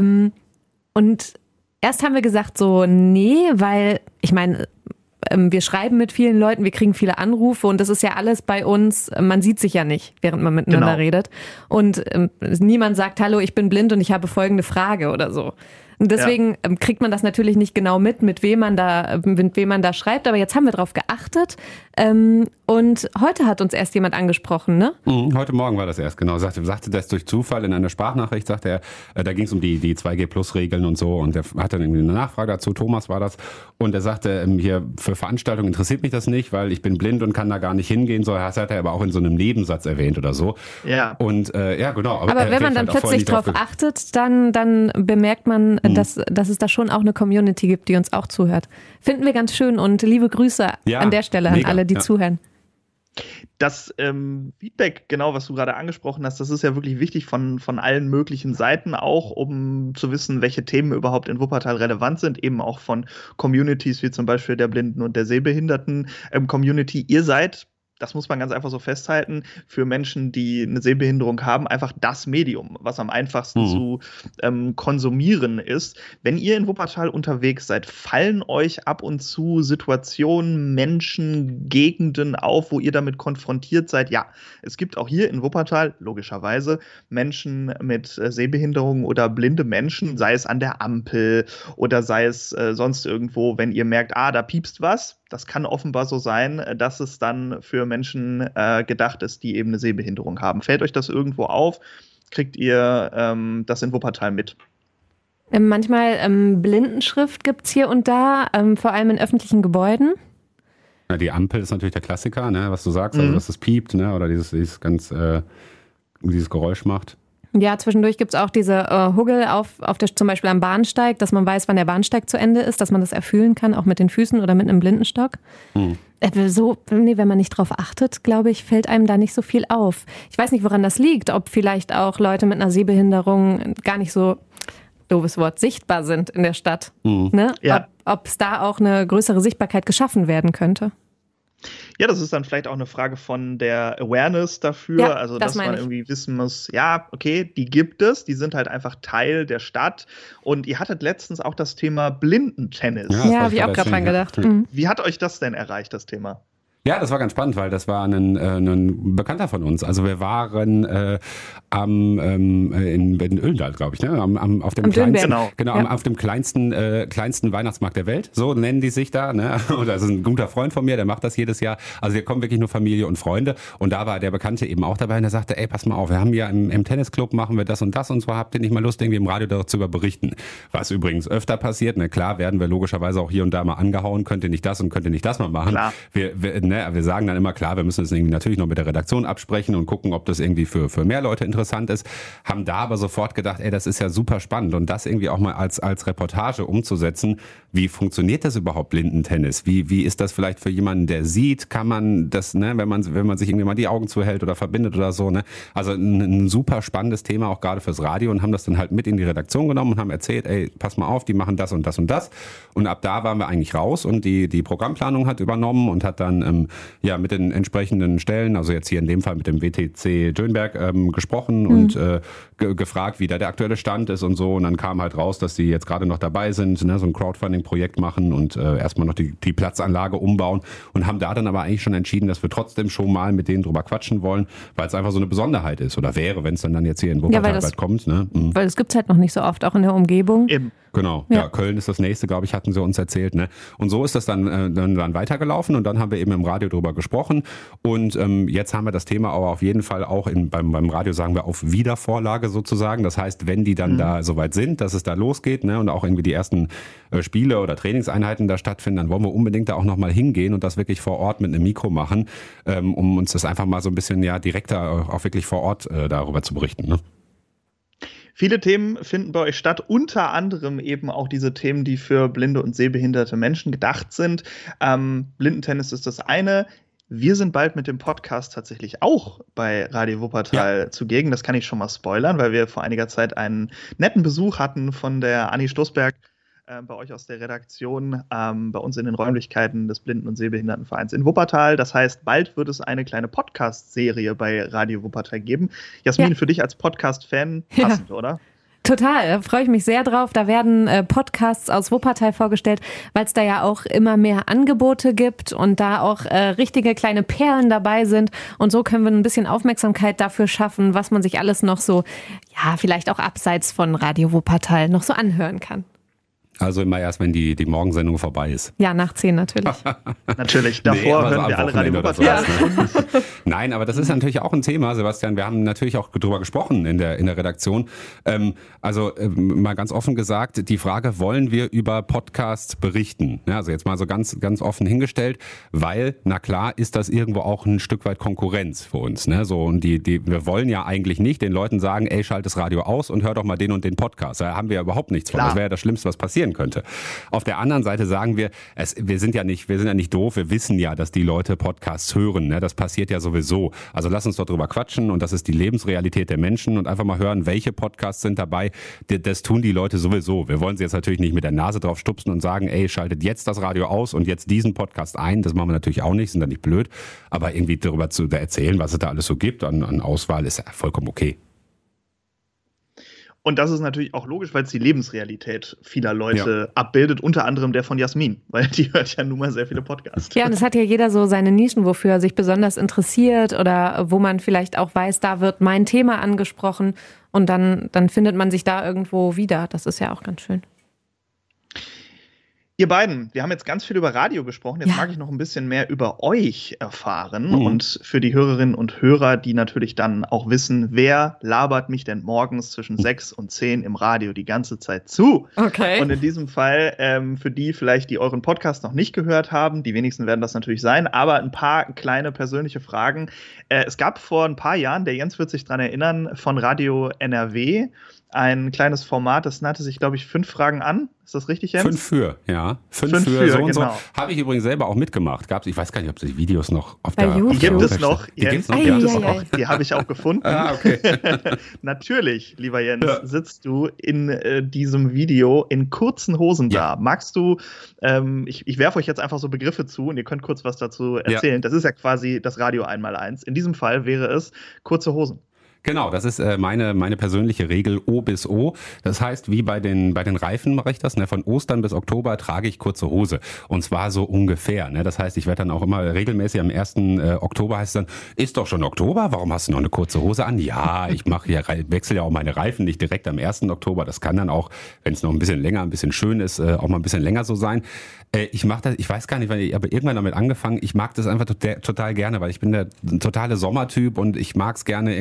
Und erst haben wir gesagt so, nee, weil, ich meine, wir schreiben mit vielen Leuten, wir kriegen viele Anrufe und das ist ja alles bei uns, man sieht sich ja nicht, während man miteinander genau. redet. Und ähm, niemand sagt, hallo, ich bin blind und ich habe folgende Frage oder so. Und deswegen ja. kriegt man das natürlich nicht genau mit, mit wem man da, mit wem man da schreibt. Aber jetzt haben wir drauf geachtet. Ähm, und heute hat uns erst jemand angesprochen, ne? Mhm, heute Morgen war das erst, genau. Sagte, sagte das durch Zufall in einer Sprachnachricht, sagte er, äh, da ging es um die, die zwei G Plus Regeln und so. Und er hat dann irgendwie eine Nachfrage dazu. Thomas war das. Und er sagte, ähm, hier für Veranstaltungen interessiert mich das nicht, weil ich bin blind und kann da gar nicht hingehen. So, das hat er aber auch in so einem Nebensatz erwähnt oder so. Ja. Und äh, ja, genau. Aber, aber wenn man dann halt plötzlich drauf ge- achtet, dann, dann bemerkt man, mhm. dass, dass es da schon auch eine Community gibt, die uns auch zuhört. Finden wir ganz schön und liebe Grüße ja, an der Stelle mega, an alle, die ja. zuhören. Das ähm, Feedback, genau, was du gerade angesprochen hast, das ist ja wirklich wichtig von, von allen möglichen Seiten, auch um zu wissen, welche Themen überhaupt in Wuppertal relevant sind, eben auch von Communities wie zum Beispiel der Blinden- und der Sehbehinderten-Community. Ähm, Ihr seid, das muss man ganz einfach so festhalten, für Menschen, die eine Sehbehinderung haben, einfach das Medium, was am einfachsten mhm. zu ähm, konsumieren ist. Wenn ihr in Wuppertal unterwegs seid, fallen euch ab und zu Situationen, Menschen, Gegenden auf, wo ihr damit konfrontiert seid? Ja, es gibt auch hier in Wuppertal, logischerweise, Menschen mit äh, Sehbehinderung oder blinde Menschen, sei es an der Ampel oder sei es äh, sonst irgendwo, wenn ihr merkt, ah, da piepst was. Das kann offenbar so sein, dass es dann für Menschen äh, gedacht ist, die eben eine Sehbehinderung haben. Fällt euch das irgendwo auf? Kriegt ihr ähm, das in Wuppertal mit? Ähm, manchmal ähm, Blindenschrift gibt es hier und da, ähm, vor allem in öffentlichen Gebäuden. Ja, die Ampel ist natürlich der Klassiker, ne, was du sagst, also mhm. dass es piept, ne, oder dieses, dieses ganz äh, dieses Geräusch macht. Ja, zwischendurch gibt es auch diese äh, Huggel auf, auf der, zum Beispiel am Bahnsteig, dass man weiß, wann der Bahnsteig zu Ende ist, dass man das erfühlen kann, auch mit den Füßen oder mit einem Blindenstock. Hm. Äh, so, nee, wenn man nicht drauf achtet, glaube ich, fällt einem da nicht so viel auf. Ich weiß nicht, woran das liegt, ob vielleicht auch Leute mit einer Sehbehinderung gar nicht so, doofes Wort, sichtbar sind in der Stadt. Hm. Ne? Ja. Ob es da auch eine größere Sichtbarkeit geschaffen werden könnte. Ja, das ist dann vielleicht auch eine Frage von der Awareness dafür, ja, also das dass man ich. irgendwie wissen muss, ja, okay, die gibt es, die sind halt einfach Teil der Stadt. Und ihr hattet letztens auch das Thema Blindentennis. Ja, ja habe ich auch gerade dran gedacht. Mhm. Wie hat euch das denn erreicht, das Thema? Ja, das war ganz spannend, weil das war ein, äh, ein Bekannter von uns. Also wir waren äh, am ähm, in, in Öllendal, glaube ich, ne? Am, am, auf dem am kleinsten, genau, genau ja. am, auf dem kleinsten äh, kleinsten Weihnachtsmarkt der Welt. So nennen die sich da. Ne? Und das ist ein guter Freund von mir, der macht das jedes Jahr. Also wir kommen wirklich nur Familie und Freunde. Und da war der Bekannte eben auch dabei und der sagte, ey, pass mal auf, wir haben ja im, im Tennisclub machen wir das und das und zwar habt ihr nicht mal Lust, irgendwie im Radio darüber berichten. Was übrigens öfter passiert. Ne? Klar werden wir logischerweise auch hier und da mal angehauen. Könnt ihr nicht das und könnt ihr nicht das mal machen. Klar. Wir, wir ne, wir sagen dann immer, klar, wir müssen es irgendwie natürlich noch mit der Redaktion absprechen und gucken, ob das irgendwie für, für mehr Leute interessant ist. Haben da aber sofort gedacht, ey, das ist ja super spannend und das irgendwie auch mal als, als Reportage umzusetzen. Wie funktioniert das überhaupt, Blindentennis? Wie, wie ist das vielleicht für jemanden, der sieht? Kann man das, ne, wenn man, wenn man sich irgendwie mal die Augen zuhält oder verbindet oder so, ne? Also ein, ein super spannendes Thema, auch gerade fürs Radio, und haben das dann halt mit in die Redaktion genommen und haben erzählt, ey, pass mal auf, die machen das und das und das. Und ab da waren wir eigentlich raus und die, die Programmplanung hat übernommen und hat dann ähm, ja mit den entsprechenden Stellen, also jetzt hier in dem Fall mit dem W T C Dönberg ähm, gesprochen mhm. und äh, ge- gefragt, wie da der aktuelle Stand ist und so. Und dann kam halt raus, dass die jetzt gerade noch dabei sind, ne, so ein Crowdfunding-Projekt machen und äh, erstmal noch die, die Platzanlage umbauen und haben da dann aber eigentlich schon entschieden, dass wir trotzdem schon mal mit denen drüber quatschen wollen, weil es einfach so eine Besonderheit ist oder wäre, wenn es dann, dann jetzt hier in Wuppertal ja, bald kommt. Ne? Mhm. Weil das gibt's halt noch nicht so oft, auch in der Umgebung. Eben. Genau, ja. ja, Köln ist das nächste, glaube ich, hatten sie uns erzählt. Ne? Und so ist das dann, äh, dann, dann weitergelaufen und dann haben wir eben im Radio drüber gesprochen und ähm, jetzt haben wir das Thema aber auf jeden Fall auch in, beim, beim Radio, sagen wir, auf Wiedervorlage sozusagen. Das heißt, wenn die dann mhm. da soweit sind, dass es da losgeht, ne, und auch irgendwie die ersten äh, Spiele oder Trainingseinheiten da stattfinden, dann wollen wir unbedingt da auch nochmal hingehen und das wirklich vor Ort mit einem Mikro machen, ähm, um uns das einfach mal so ein bisschen ja direkter auch wirklich vor Ort äh, darüber zu berichten. Ne? Viele Themen finden bei euch statt, unter anderem eben auch diese Themen, die für blinde und sehbehinderte Menschen gedacht sind. Ähm, Blindentennis ist das eine. Wir sind bald mit dem Podcast tatsächlich auch bei Radio Wuppertal ja. zugegen. Das kann ich schon mal spoilern, weil wir vor einiger Zeit einen netten Besuch hatten von der Anni Stoßberg äh, bei euch aus der Redaktion, ähm, bei uns in den Räumlichkeiten des Blinden- und Sehbehindertenvereins in Wuppertal. Das heißt, bald wird es eine kleine Podcast-Serie bei Radio Wuppertal geben. Jasmin, ja. für dich als Podcast-Fan passend, ja. oder? Total, da freue ich mich sehr drauf. Da werden äh, Podcasts aus Wuppertal vorgestellt, weil es da ja auch immer mehr Angebote gibt und da auch äh, richtige kleine Perlen dabei sind. Und so können wir ein bisschen Aufmerksamkeit dafür schaffen, was man sich alles noch so, ja, vielleicht auch abseits von Radio Wuppertal noch so anhören kann. Also immer erst, wenn die, die Morgensendung vorbei ist. Ja, nach zehn natürlich. natürlich, davor nee, hören so wir alle Radio Wuppertal. So ne? Nein, aber das ist natürlich auch ein Thema, Sebastian. Wir haben natürlich auch drüber gesprochen in der, in der Redaktion. Ähm, also ähm, mal ganz offen gesagt, die Frage, wollen wir über Podcasts berichten? Ja, also jetzt mal so ganz, ganz offen hingestellt, weil, na klar, ist das irgendwo auch ein Stück weit Konkurrenz für uns. Ne? So, und die, die, wir wollen ja eigentlich nicht den Leuten sagen, ey, schalt das Radio aus und hör doch mal den und den Podcast. Da haben wir ja überhaupt nichts von. Das wäre ja das Schlimmste, was passieren könnte. Auf der anderen Seite sagen wir, es, wir sind ja nicht, wir sind ja nicht doof, wir wissen ja, dass die Leute Podcasts hören, ne? Das passiert ja sowieso. Also lass uns doch drüber quatschen und das ist die Lebensrealität der Menschen und einfach mal hören, welche Podcasts sind dabei. Das tun die Leute sowieso. Wir wollen sie jetzt natürlich nicht mit der Nase drauf stupsen und sagen, ey, schaltet jetzt das Radio aus und jetzt diesen Podcast ein. Das machen wir natürlich auch nicht, sind da nicht blöd. Aber irgendwie darüber zu erzählen, was es da alles so gibt an, an Auswahl, ist ja vollkommen okay. Und das ist natürlich auch logisch, weil es die Lebensrealität vieler Leute ja. abbildet, unter anderem der von Jasmin, weil die hört ja nun mal sehr viele Podcasts. Ja, und es hat ja jeder so seine Nischen, wofür er sich besonders interessiert oder wo man vielleicht auch weiß, da wird mein Thema angesprochen und dann, dann findet man sich da irgendwo wieder. Das ist ja auch ganz schön. Ihr beiden, wir haben jetzt ganz viel über Radio gesprochen. Jetzt ja. mag ich noch ein bisschen mehr über euch erfahren. Mhm. Und für die Hörerinnen und Hörer, die natürlich dann auch wissen, wer labert mich denn morgens zwischen sechs und zehn im Radio die ganze Zeit zu? Okay. Und in diesem Fall, ähm, für die vielleicht, die euren Podcast noch nicht gehört haben, die wenigsten werden das natürlich sein, aber ein paar kleine persönliche Fragen. Äh, es gab vor ein paar Jahren, der Jens wird sich dran erinnern, von Radio N R W ein kleines Format, das nannte sich, glaube ich, fünf Fragen an. Ist das richtig, Jens? Fünf für, ja. Fünf, fünf für, für, so und genau. so. Habe ich übrigens selber auch mitgemacht. Gab's, ich weiß gar nicht, ob es die Videos noch auf Bei der YouTube. Die gibt es noch, die Jens. Gibt's noch? Die, Ja. gibt es noch. Die habe ich auch gefunden. Ah, okay. Natürlich, lieber Jens, Ja. sitzt du in äh, diesem Video in kurzen Hosen Ja. da. Magst du, ähm, ich, ich werfe euch jetzt einfach so Begriffe zu und ihr könnt kurz was dazu erzählen. Ja. Das ist ja quasi das Radio einmal eins. In diesem Fall wäre es kurze Hosen. Genau, das ist äh, meine meine persönliche Regel O bis O. Das heißt, wie bei den bei den Reifen mache ich das. Ne? Von Ostern bis Oktober trage ich kurze Hose. Und zwar so ungefähr. Ne? Das heißt, ich werde dann auch immer regelmäßig am ersten äh, Oktober heißt es dann, ist doch schon Oktober, warum hast du noch eine kurze Hose an? Ja, ich mache ja wechsle ja auch meine Reifen nicht direkt am ersten Oktober. Das kann dann auch, wenn es noch ein bisschen länger, ein bisschen schön ist, äh, auch mal ein bisschen länger so sein. Äh, ich mache das, ich weiß gar nicht, weil ich habe irgendwann damit angefangen. Ich mag das einfach total, total gerne, weil ich bin der totale Sommertyp und ich mag es gerne irgendwie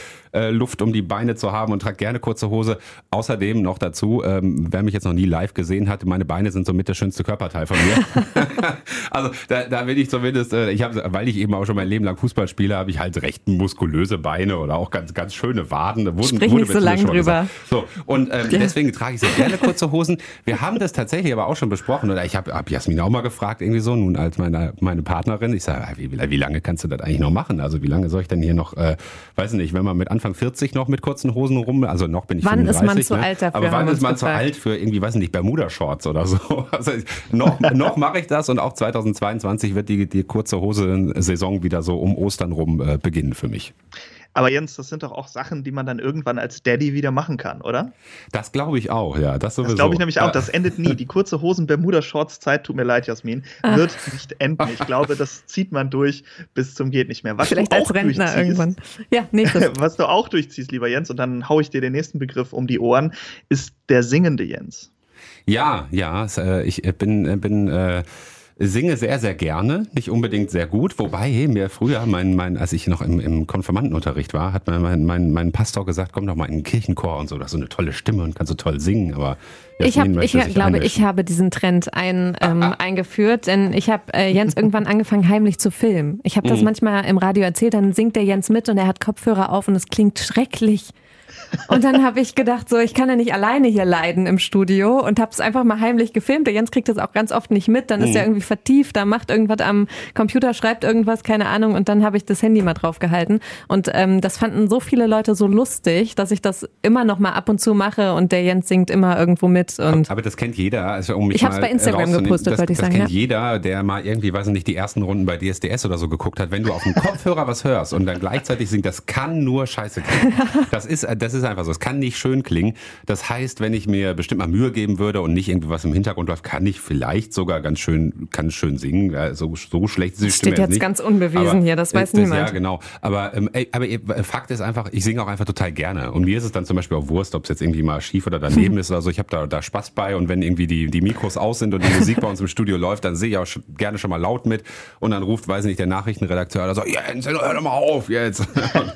äh, Luft um die Beine zu haben und trage gerne kurze Hose. Außerdem noch dazu, ähm, wer mich jetzt noch nie live gesehen hat, meine Beine sind somit das schönste Körperteil von mir. Also da, da bin ich zumindest, äh, ich habe, weil ich eben auch schon mein Leben lang Fußball spiele, habe ich halt recht muskulöse Beine oder auch ganz, ganz schöne Waden. Da wurden, Sprich wurde nicht so lange drüber. So, und ähm, ja. deswegen trage ich sehr gerne kurze Hosen. Wir haben das tatsächlich aber auch schon besprochen. Oder ich habe hab Jasmin auch mal gefragt, irgendwie so, nun als meine, meine Partnerin, ich sage, wie, wie lange kannst du das eigentlich noch machen? Also wie lange soll ich denn hier noch, äh, weiß nicht, wenn man mit Anfang vierzig noch mit kurzen Hosen rum, also noch bin ich wann fünfunddreißig. Ist man zu alt dafür? Aber wann ist man zu alt für irgendwie, weiß nicht, Bermuda-Shorts oder so? Also noch, noch mache ich das und auch zweitausendzweiundzwanzig wird die, die kurze Hose-Saison wieder so um Ostern rum äh, beginnen für mich. Aber Jens, das sind doch auch Sachen, die man dann irgendwann als Daddy wieder machen kann, oder? Das glaube ich auch, ja. Das, das glaube ich nämlich auch. Das endet nie. Die kurze Hosen-Bermuda-Shorts-Zeit, tut mir leid, Jasmin, Ach. wird nicht enden. Ich glaube, das zieht man durch bis zum geht nicht mehr. Was Vielleicht du als auch Rentner irgendwann. Ja, nächstes. Was du auch durchziehst, lieber Jens, und dann haue ich dir den nächsten Begriff um die Ohren, ist der singende Jens. Ja, ja. Ich bin... bin äh singe sehr, sehr gerne, nicht unbedingt sehr gut, wobei mir früher, mein, mein, als ich noch im, im Konfirmandenunterricht war, hat mein, mein, mein, mein Pastor gesagt, komm doch mal in den Kirchenchor und so, das ist so eine tolle Stimme und kannst so toll singen, aber Jasmin ich, hab, ich glaube, ich habe diesen Trend ein, ähm, ah, ah. eingeführt, denn ich habe äh, Jens irgendwann angefangen, heimlich zu filmen. Ich habe das mhm. manchmal im Radio erzählt, dann singt der Jens mit und er hat Kopfhörer auf und es klingt schrecklich. Und dann habe ich gedacht, so, ich kann ja nicht alleine hier leiden im Studio und habe es einfach mal heimlich gefilmt. Der Jens kriegt das auch ganz oft nicht mit, dann ist mhm. er irgendwie vertieft, da macht irgendwas am Computer, schreibt irgendwas, keine Ahnung, und dann habe ich das Handy mal drauf gehalten. Und ähm, das fanden so viele Leute so lustig, dass ich das immer noch mal ab und zu mache und der Jens singt immer irgendwo mit. Und aber das kennt jeder. Also um mich ich habe es bei Instagram gepostet, wollte ich sagen. Das kennt ja. jeder, der mal irgendwie, weiß ich nicht, die ersten Runden bei D S D S oder so geguckt hat. Wenn du auf dem Kopfhörer was hörst und dann gleichzeitig singt, das kann nur scheiße klingen. Das ist, das ist einfach so. Es kann nicht schön klingen. Das heißt, wenn ich mir bestimmt mal Mühe geben würde und nicht irgendwie was im Hintergrund läuft, kann ich vielleicht sogar ganz schön, kann schön singen. Also so schlecht ist die das Stimme steht jetzt nicht. Ganz unbewiesen aber hier, das weiß das, niemand. Ja, genau. Aber, ähm, ey, aber Fakt ist einfach, ich singe auch einfach total gerne. Und mir ist es dann zum Beispiel auch Wurst, ob es jetzt irgendwie mal schief oder daneben hm. ist oder so. Ich habe da, da Spaß bei und wenn irgendwie die, die Mikros aus sind und die Musik bei uns im Studio läuft, dann sehe ich auch sch- gerne schon mal laut mit und dann ruft, weiß nicht, der Nachrichtenredakteur oder so, Jens, hör doch mal auf jetzt.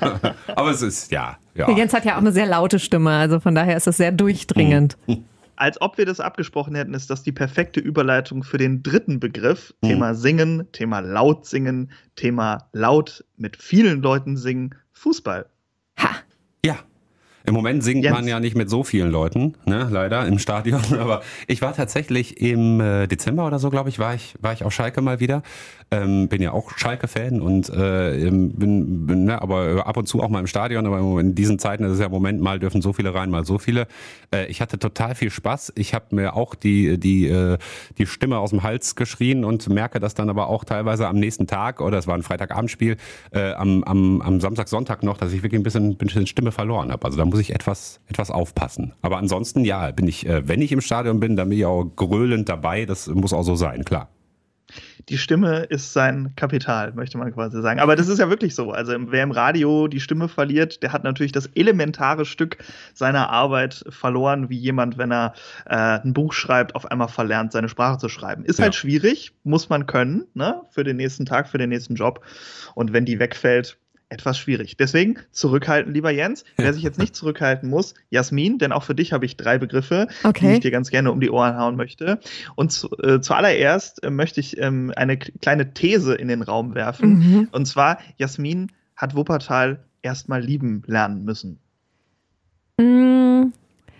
Aber es ist, ja, ja. Jens hat ja auch eine sehr laute Stimme, also von daher ist es sehr durchdringend. Hm. Als ob wir das abgesprochen hätten, ist das die perfekte Überleitung für den dritten Begriff. Hm. Thema Singen, Thema laut singen, Thema laut mit vielen Leuten singen, Fußball. Ha! Ja. Im Moment singt Jens. Man ja nicht mit so vielen Leuten, ne, leider im Stadion. Aber ich war tatsächlich im äh, Dezember oder so, glaube ich, war ich war ich auf Schalke mal wieder. Ähm, bin ja auch Schalke-Fan und äh, bin, bin ne, aber ab und zu auch mal im Stadion. Aber in diesen Zeiten ist es ja im Moment mal dürfen so viele rein, mal so viele. Äh, ich hatte total viel Spaß. Ich habe mir auch die die äh, die Stimme aus dem Hals geschrien und merke das dann aber auch teilweise am nächsten Tag oder es war ein Freitagabendspiel äh, am am am Samstag Sonntag noch, dass ich wirklich ein bisschen, ein bisschen Stimme verloren habe. Also da muss ich etwas etwas aufpassen. Aber ansonsten ja, bin ich, äh, wenn ich im Stadion bin, dann bin ich auch gröhlend dabei. Das muss auch so sein, klar. Die Stimme ist sein Kapital, möchte man quasi sagen. Aber das ist ja wirklich so. Also wer im Radio die Stimme verliert, der hat natürlich das elementare Stück seiner Arbeit verloren, wie jemand, wenn er äh, ein Buch schreibt, auf einmal verlernt, seine Sprache zu schreiben. Ist ja. halt schwierig, muss man können, ne? Für den nächsten Tag, für den nächsten Job. Und wenn die wegfällt, etwas schwierig. Deswegen zurückhalten, lieber Jens. Wer sich jetzt nicht zurückhalten muss, Jasmin, denn auch für dich habe ich drei Begriffe, okay. die ich dir ganz gerne um die Ohren hauen möchte. Und zu, äh, zuallererst äh, möchte ich ähm, eine k- kleine These in den Raum werfen. Mhm. Und zwar, Jasmin hat Wuppertal erstmal lieben lernen müssen. Mm,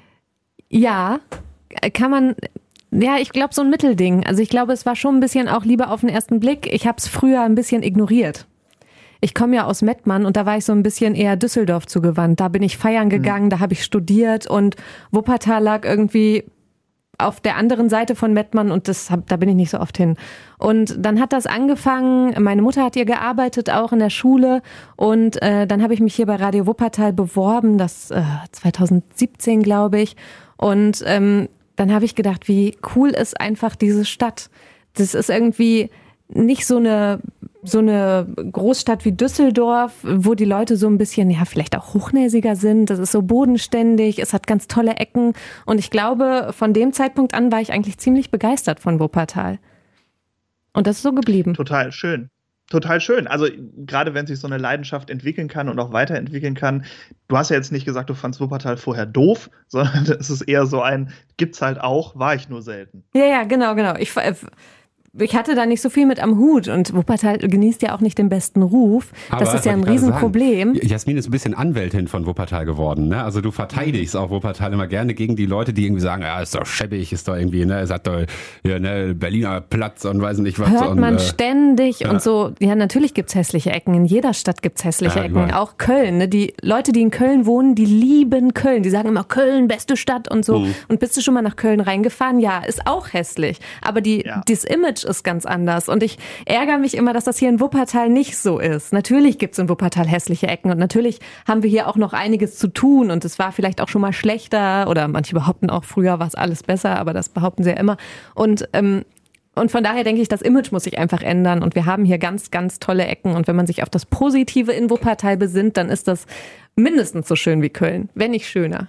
ja, kann man... Ja, ich glaube, so ein Mittelding. Also ich glaube, es war schon ein bisschen auch Liebe auf den ersten Blick. Ich habe es früher ein bisschen ignoriert. Ich komme ja aus Mettmann und da war ich so ein bisschen eher Düsseldorf zugewandt. Da bin ich feiern gegangen, mhm. da habe ich studiert und Wuppertal lag irgendwie auf der anderen Seite von Mettmann und das hab, da bin ich nicht so oft hin. Und dann hat das angefangen, meine Mutter hat hier gearbeitet, auch in der Schule und äh, dann habe ich mich hier bei Radio Wuppertal beworben, das äh, zwanzig siebzehn, glaube ich. Und ähm, dann habe ich gedacht, wie cool ist einfach diese Stadt. Das ist irgendwie nicht so eine so eine Großstadt wie Düsseldorf, wo die Leute so ein bisschen, ja, vielleicht auch hochnäsiger sind. Das ist so bodenständig, es hat ganz tolle Ecken. Und ich glaube, von dem Zeitpunkt an war ich eigentlich ziemlich begeistert von Wuppertal. Und das ist so geblieben. Total schön. Total schön. Also gerade wenn sich so eine Leidenschaft entwickeln kann und auch weiterentwickeln kann. Du hast ja jetzt nicht gesagt, du fandst Wuppertal vorher doof, sondern es ist eher so ein, gibt's halt auch, war ich nur selten. Ja, ja, genau, genau. Ich Ich hatte da nicht so viel mit am Hut und Wuppertal genießt ja auch nicht den besten Ruf. Aber das ist ja ein Riesenproblem. Jasmin ist ein bisschen Anwältin von Wuppertal geworden, ne? Also du verteidigst auch Wuppertal immer gerne gegen die Leute, die irgendwie sagen, ja, ist doch schäbig, ist doch irgendwie, ne, es hat doch ja, ne, Berliner Platz und weiß nicht was. Hört und, man äh, ständig ja. und so. Ja, natürlich gibt's hässliche Ecken. In jeder Stadt gibt's hässliche Ja, Ecken. überall. Auch Köln. Ne? Die Leute, die in Köln wohnen, die lieben Köln. Die sagen immer, Köln, beste Stadt und so. Mhm. Und bist du schon mal nach Köln reingefahren? Ja, ist auch hässlich. Aber die, Ja. das Image ist ganz anders. Und ich ärgere mich immer, dass das hier in Wuppertal nicht so ist. Natürlich gibt's in Wuppertal hässliche Ecken und natürlich haben wir hier auch noch einiges zu tun und es war vielleicht auch schon mal schlechter oder manche behaupten auch, früher war es alles besser, aber das behaupten sie ja immer. Und ähm, Und von daher denke ich, das Image muss sich einfach ändern und wir haben hier ganz, ganz tolle Ecken und wenn man sich auf das Positive in Wuppertal besinnt, dann ist das mindestens so schön wie Köln, wenn nicht schöner.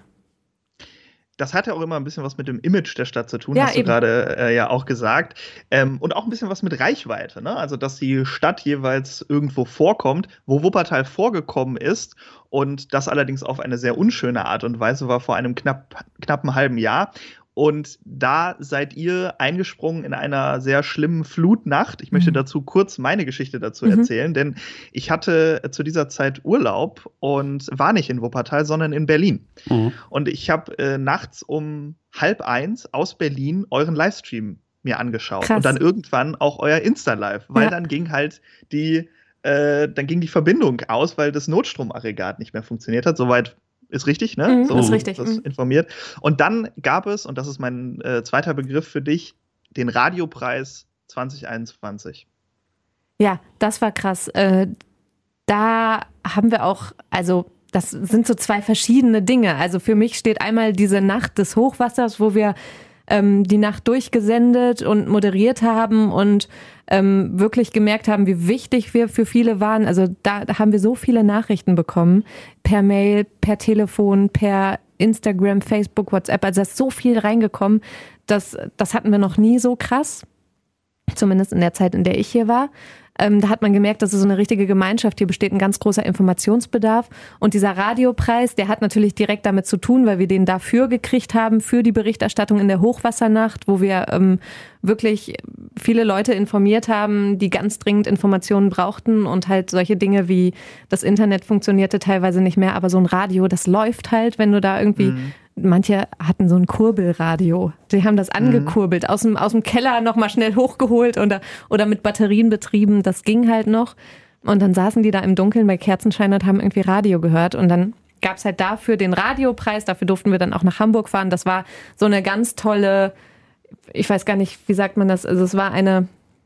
Das hat ja auch immer ein bisschen was mit dem Image der Stadt zu tun, Ja, hast eben. du gerade äh, ja auch gesagt. Ähm, und auch ein bisschen was mit Reichweite, ne? Also, dass die Stadt jeweils irgendwo vorkommt, wo Wuppertal vorgekommen ist. Und das allerdings auf eine sehr unschöne Art und Weise war vor einem knapp, knappen halben Jahr. Und da seid ihr eingesprungen in einer sehr schlimmen Flutnacht. Ich möchte Mhm. dazu kurz meine Geschichte dazu Mhm. erzählen, denn ich hatte zu dieser Zeit Urlaub und war nicht in Wuppertal, sondern in Berlin. Mhm. Und ich habe äh, nachts um halb eins aus Berlin euren Livestream mir angeschaut. Krass. Und dann irgendwann auch euer Insta-Live, weil Ja. dann ging halt die, äh, dann ging die Verbindung aus, weil das Notstromaggregat nicht mehr funktioniert hat. Soweit ist richtig, ne? Mhm, so ist richtig. Das Mhm. informiert. Und dann gab es, und das ist mein äh, zweiter Begriff für dich, den Radiopreis zwanzig einundzwanzig. Ja, das war krass. Äh, da haben wir auch, also das sind so zwei verschiedene Dinge. Also für mich steht einmal diese Nacht des Hochwassers, wo wir ähm, die Nacht durchgesendet und moderiert haben und ähm, wirklich gemerkt haben, wie wichtig wir für viele waren. Also da, da haben wir so viele Nachrichten bekommen, per Mail, per Telefon, per Instagram, Facebook, WhatsApp. Also da ist so viel reingekommen, das, das hatten wir noch nie so krass. Zumindest in der Zeit, in der ich hier war. Ähm, da hat man gemerkt, dass es so eine richtige Gemeinschaft, hier besteht ein ganz großer Informationsbedarf. Und dieser Radiopreis, der hat natürlich direkt damit zu tun, weil wir den dafür gekriegt haben, für die Berichterstattung in der Hochwassernacht, wo wir ähm, wirklich viele Leute informiert haben, die ganz dringend Informationen brauchten und halt solche Dinge wie das Internet funktionierte teilweise nicht mehr, aber so ein Radio, das läuft halt, wenn du da irgendwie... Mhm. Manche hatten so ein Kurbelradio. Die haben das angekurbelt, aus dem, aus dem Keller nochmal schnell hochgeholt oder, oder mit Batterien betrieben. Das ging halt noch. Und dann saßen die da im Dunkeln bei Kerzenschein und haben irgendwie Radio gehört. Und dann gab es halt dafür den Radiopreis. Dafür durften wir dann auch nach Hamburg fahren. Das war so eine ganz tolle, ich weiß gar nicht, wie sagt man das? Also es war eine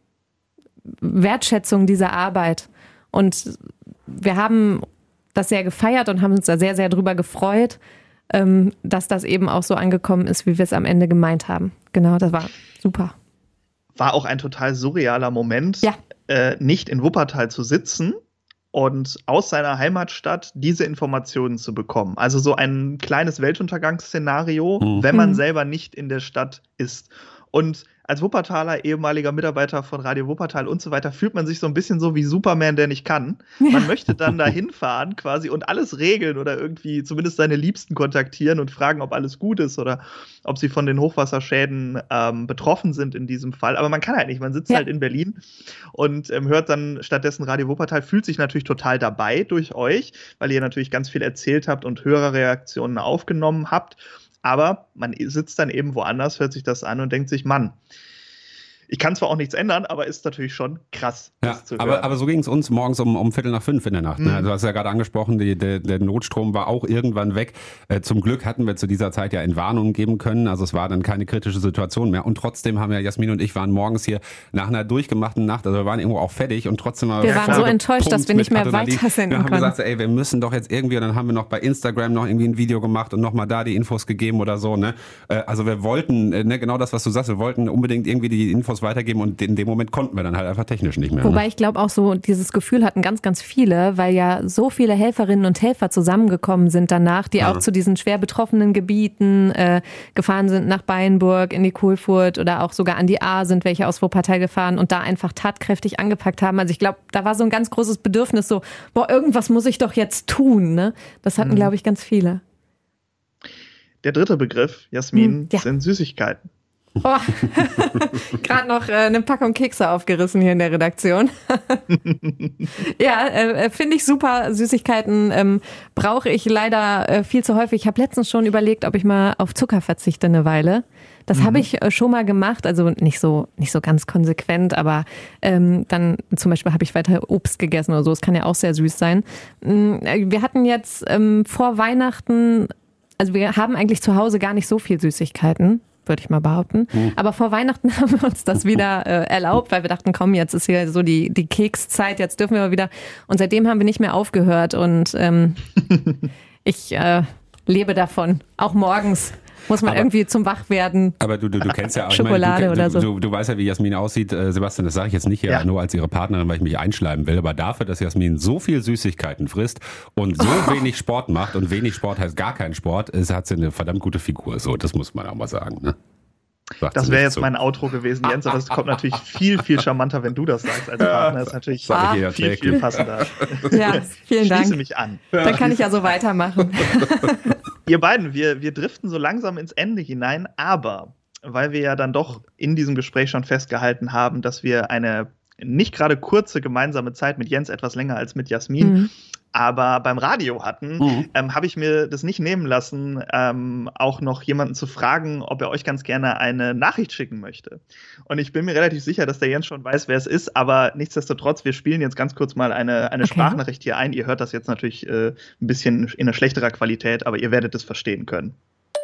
Wertschätzung dieser Arbeit. Und wir haben das sehr gefeiert und haben uns da sehr, sehr drüber gefreut, dass das eben auch so angekommen ist, wie wir es am Ende gemeint haben. Genau, das war super. War auch ein total surrealer Moment, ja. äh, nicht in Wuppertal zu sitzen und aus seiner Heimatstadt diese Informationen zu bekommen. Also so ein kleines Weltuntergangsszenario, Mhm. wenn man Mhm. selber nicht in der Stadt ist. Und als Wuppertaler, ehemaliger Mitarbeiter von Radio Wuppertal und so weiter, fühlt man sich so ein bisschen so wie Superman, der nicht kann. Ja. Man möchte dann da hinfahren quasi und alles regeln oder irgendwie zumindest seine Liebsten kontaktieren und fragen, ob alles gut ist oder ob sie von den Hochwasserschäden ähm, betroffen sind in diesem Fall. Aber man kann halt nicht. Man sitzt Ja. halt in Berlin und ähm, hört dann stattdessen Radio Wuppertal, fühlt sich natürlich total dabei durch euch, weil ihr natürlich ganz viel erzählt habt und Hörerreaktionen aufgenommen habt. Aber man sitzt dann eben woanders, hört sich das an und denkt sich, Mann, ich kann zwar auch nichts ändern, aber ist natürlich schon krass. Ja, das zu aber, hören. aber so ging es uns morgens um, um Viertel nach fünf in der Nacht. Ne? Mhm. Du hast ja gerade angesprochen, die, der, der Notstrom war auch irgendwann weg. Äh, zum Glück hatten wir zu dieser Zeit ja Entwarnungen geben können. Also es war dann keine kritische Situation mehr. Und trotzdem haben ja Jasmin und ich waren morgens hier nach einer durchgemachten Nacht, also wir waren irgendwo auch fertig und trotzdem Wir waren so enttäuscht, dass wir nicht mehr weitersenden Wir haben konnten. gesagt, ey, wir müssen doch jetzt irgendwie, und dann haben wir noch bei Instagram noch irgendwie ein Video gemacht und nochmal da die Infos gegeben oder so. Ne? Äh, also wir wollten, äh, ne, genau das, was du sagst, wir wollten unbedingt irgendwie die Infos Infos weitergeben und in dem Moment konnten wir dann halt einfach technisch nicht mehr. Wobei ne? ich glaube auch so, dieses Gefühl hatten ganz, ganz viele, weil ja so viele Helferinnen und Helfer zusammengekommen sind danach, die ja. auch zu diesen schwer betroffenen Gebieten äh, gefahren sind, nach Beinburg, in die Kohlfurt oder auch sogar an die Ahr sind welche aus Wuppertal gefahren und da einfach tatkräftig angepackt haben. Also ich glaube, da war so ein ganz großes Bedürfnis so, boah, irgendwas muss ich doch jetzt tun. Ne? Das hatten, mhm. glaube ich, ganz viele. Der dritte Begriff, Jasmin, hm, ja. sind Süßigkeiten. Oh. Gerade noch äh, eine Packung Kekse aufgerissen hier in der Redaktion. ja, äh, finde ich super. Süßigkeiten ähm, brauche ich leider äh, viel zu häufig. Ich habe letztens schon überlegt, ob ich mal auf Zucker verzichte eine Weile. Das mhm. habe ich äh, schon mal gemacht, also nicht so nicht so ganz konsequent, aber ähm, dann zum Beispiel habe ich weiter Obst gegessen oder so. Es kann ja auch sehr süß sein. Wir hatten jetzt ähm, vor Weihnachten, also wir haben eigentlich zu Hause gar nicht so viel Süßigkeiten, würde ich mal behaupten. Mhm. Aber vor Weihnachten haben wir uns das wieder äh, erlaubt, weil wir dachten, komm, jetzt ist hier so die, die Kekszeit, jetzt dürfen wir mal wieder. Und seitdem haben wir nicht mehr aufgehört. Und ähm, ich äh, lebe davon, auch morgens. Muss man aber irgendwie zum Wachwerden. Aber du, du, du kennst ja auch Schokolade meine, du, oder so. Du, du, du weißt ja, wie Jasmin aussieht. Äh, Sebastian, das sage ich jetzt nicht ja. nur als ihre Partnerin, weil ich mich einschleimen will. Aber dafür, dass Jasmin so viel Süßigkeiten frisst und so oh. wenig Sport macht, und wenig Sport heißt gar kein Sport, ist, hat sie eine verdammt gute Figur. So, das muss man auch mal sagen. Ne? Sagt das wäre jetzt so. Mein Outro gewesen, Jens, aber es kommt natürlich viel, viel charmanter, wenn du das sagst als Partner. Das ist natürlich ah, viel, viel, viel passender. Ja, vielen Dank. Schließe mich an. Dann kann ich ja so weitermachen. Ihr beiden, wir, wir driften so langsam ins Ende hinein, aber weil wir ja dann doch in diesem Gespräch schon festgehalten haben, dass wir eine nicht gerade kurze gemeinsame Zeit mit Jens, etwas länger als mit Jasmin, mhm. aber beim Radio hatten, mhm. ähm, habe ich mir das nicht nehmen lassen, ähm, auch noch jemanden zu fragen, ob er euch ganz gerne eine Nachricht schicken möchte. Und ich bin mir relativ sicher, dass der Jens schon weiß, wer es ist, aber nichtsdestotrotz, wir spielen jetzt ganz kurz mal eine, eine okay. Sprachnachricht hier ein. Ihr hört das jetzt natürlich äh, ein bisschen in einer schlechterer Qualität, aber ihr werdet es verstehen können.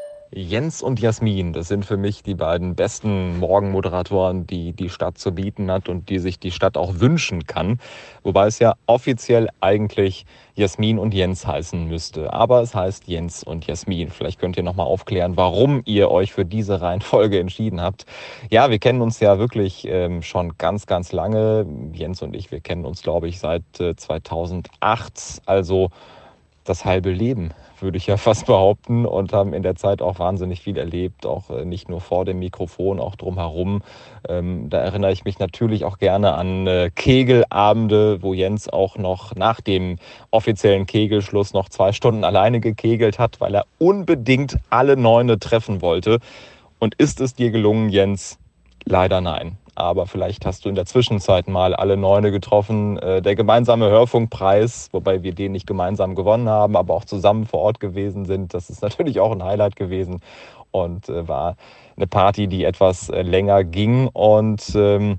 Jens und Jasmin, das sind für mich die beiden besten Morgenmoderatoren, die die Stadt zu bieten hat und die sich die Stadt auch wünschen kann. Wobei es ja offiziell eigentlich Jasmin und Jens heißen müsste. Aber es heißt Jens und Jasmin. Vielleicht könnt ihr nochmal aufklären, warum ihr euch für diese Reihenfolge entschieden habt. Ja, wir kennen uns ja wirklich ähm, schon ganz, ganz lange. Jens und ich, wir kennen uns, glaube ich, seit äh, zweitausendacht. Also das halbe Leben, würde ich ja fast behaupten, und haben in der Zeit auch wahnsinnig viel erlebt, auch nicht nur vor dem Mikrofon, auch drumherum. Ähm, da erinnere ich mich natürlich auch gerne an äh, Kegelabende, wo Jens auch noch nach dem offiziellen Kegelschluss noch zwei Stunden alleine gekegelt hat, weil er unbedingt alle Neune treffen wollte. Und ist es dir gelungen, Jens? Leider nein. Aber vielleicht hast du in der Zwischenzeit mal alle Neune getroffen. Der gemeinsame Hörfunkpreis, wobei wir den nicht gemeinsam gewonnen haben, aber auch zusammen vor Ort gewesen sind. Das ist natürlich auch ein Highlight gewesen und war eine Party, die etwas länger ging. Und ähm,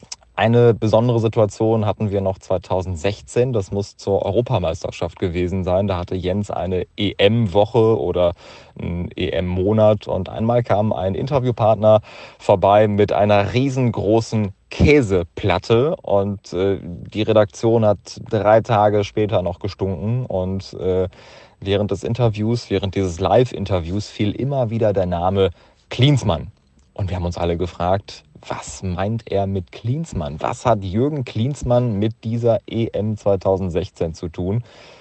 eine besondere Situation hatten wir noch zweitausendsechzehn. Das muss zur Europameisterschaft gewesen sein. Da hatte Jens eine E M-Woche oder einen E M-Monat. Und einmal kam ein Interviewpartner vorbei mit einer riesengroßen Käseplatte. Und äh, die Redaktion hat drei Tage später noch gestunken. Und äh, während des Interviews, während dieses Live-Interviews fiel immer wieder der Name Klinsmann. Und wir haben uns alle gefragt, was meint er mit Klinsmann? Was hat Jürgen Klinsmann mit dieser E M zweitausendsechzehn zu tun?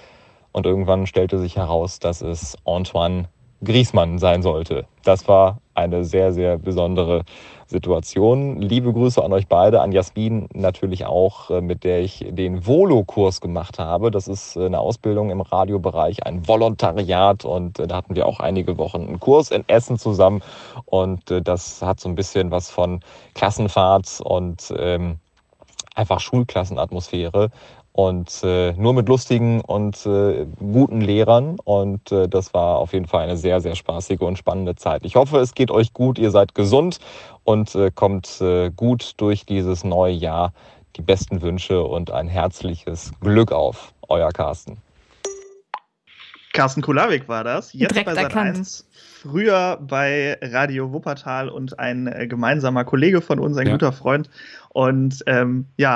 Und irgendwann stellte sich heraus, dass es Antoine Griezmann sein sollte. Das war eine sehr, sehr besondere Situation. Liebe Grüße an euch beide, an Jasmin natürlich auch, mit der ich den Volo-Kurs gemacht habe. Das ist eine Ausbildung im Radiobereich, ein Volontariat, und da hatten wir auch einige Wochen einen Kurs in Essen zusammen, und das hat so ein bisschen was von Klassenfahrt und ähm, einfach Schulklassenatmosphäre. Und äh, nur mit lustigen und äh, guten Lehrern. Und äh, das war auf jeden Fall eine sehr, sehr spaßige und spannende Zeit. Ich hoffe, es geht euch gut, ihr seid gesund und äh, kommt äh, gut durch dieses neue Jahr. Die besten Wünsche und ein herzliches Glück auf. Euer Carsten. Carsten Kulawik war das. Jetzt Direkt bei Sat eins, früher bei Radio Wuppertal und ein äh, gemeinsamer Kollege von uns, ein ja. guter Freund. Und ähm, ja,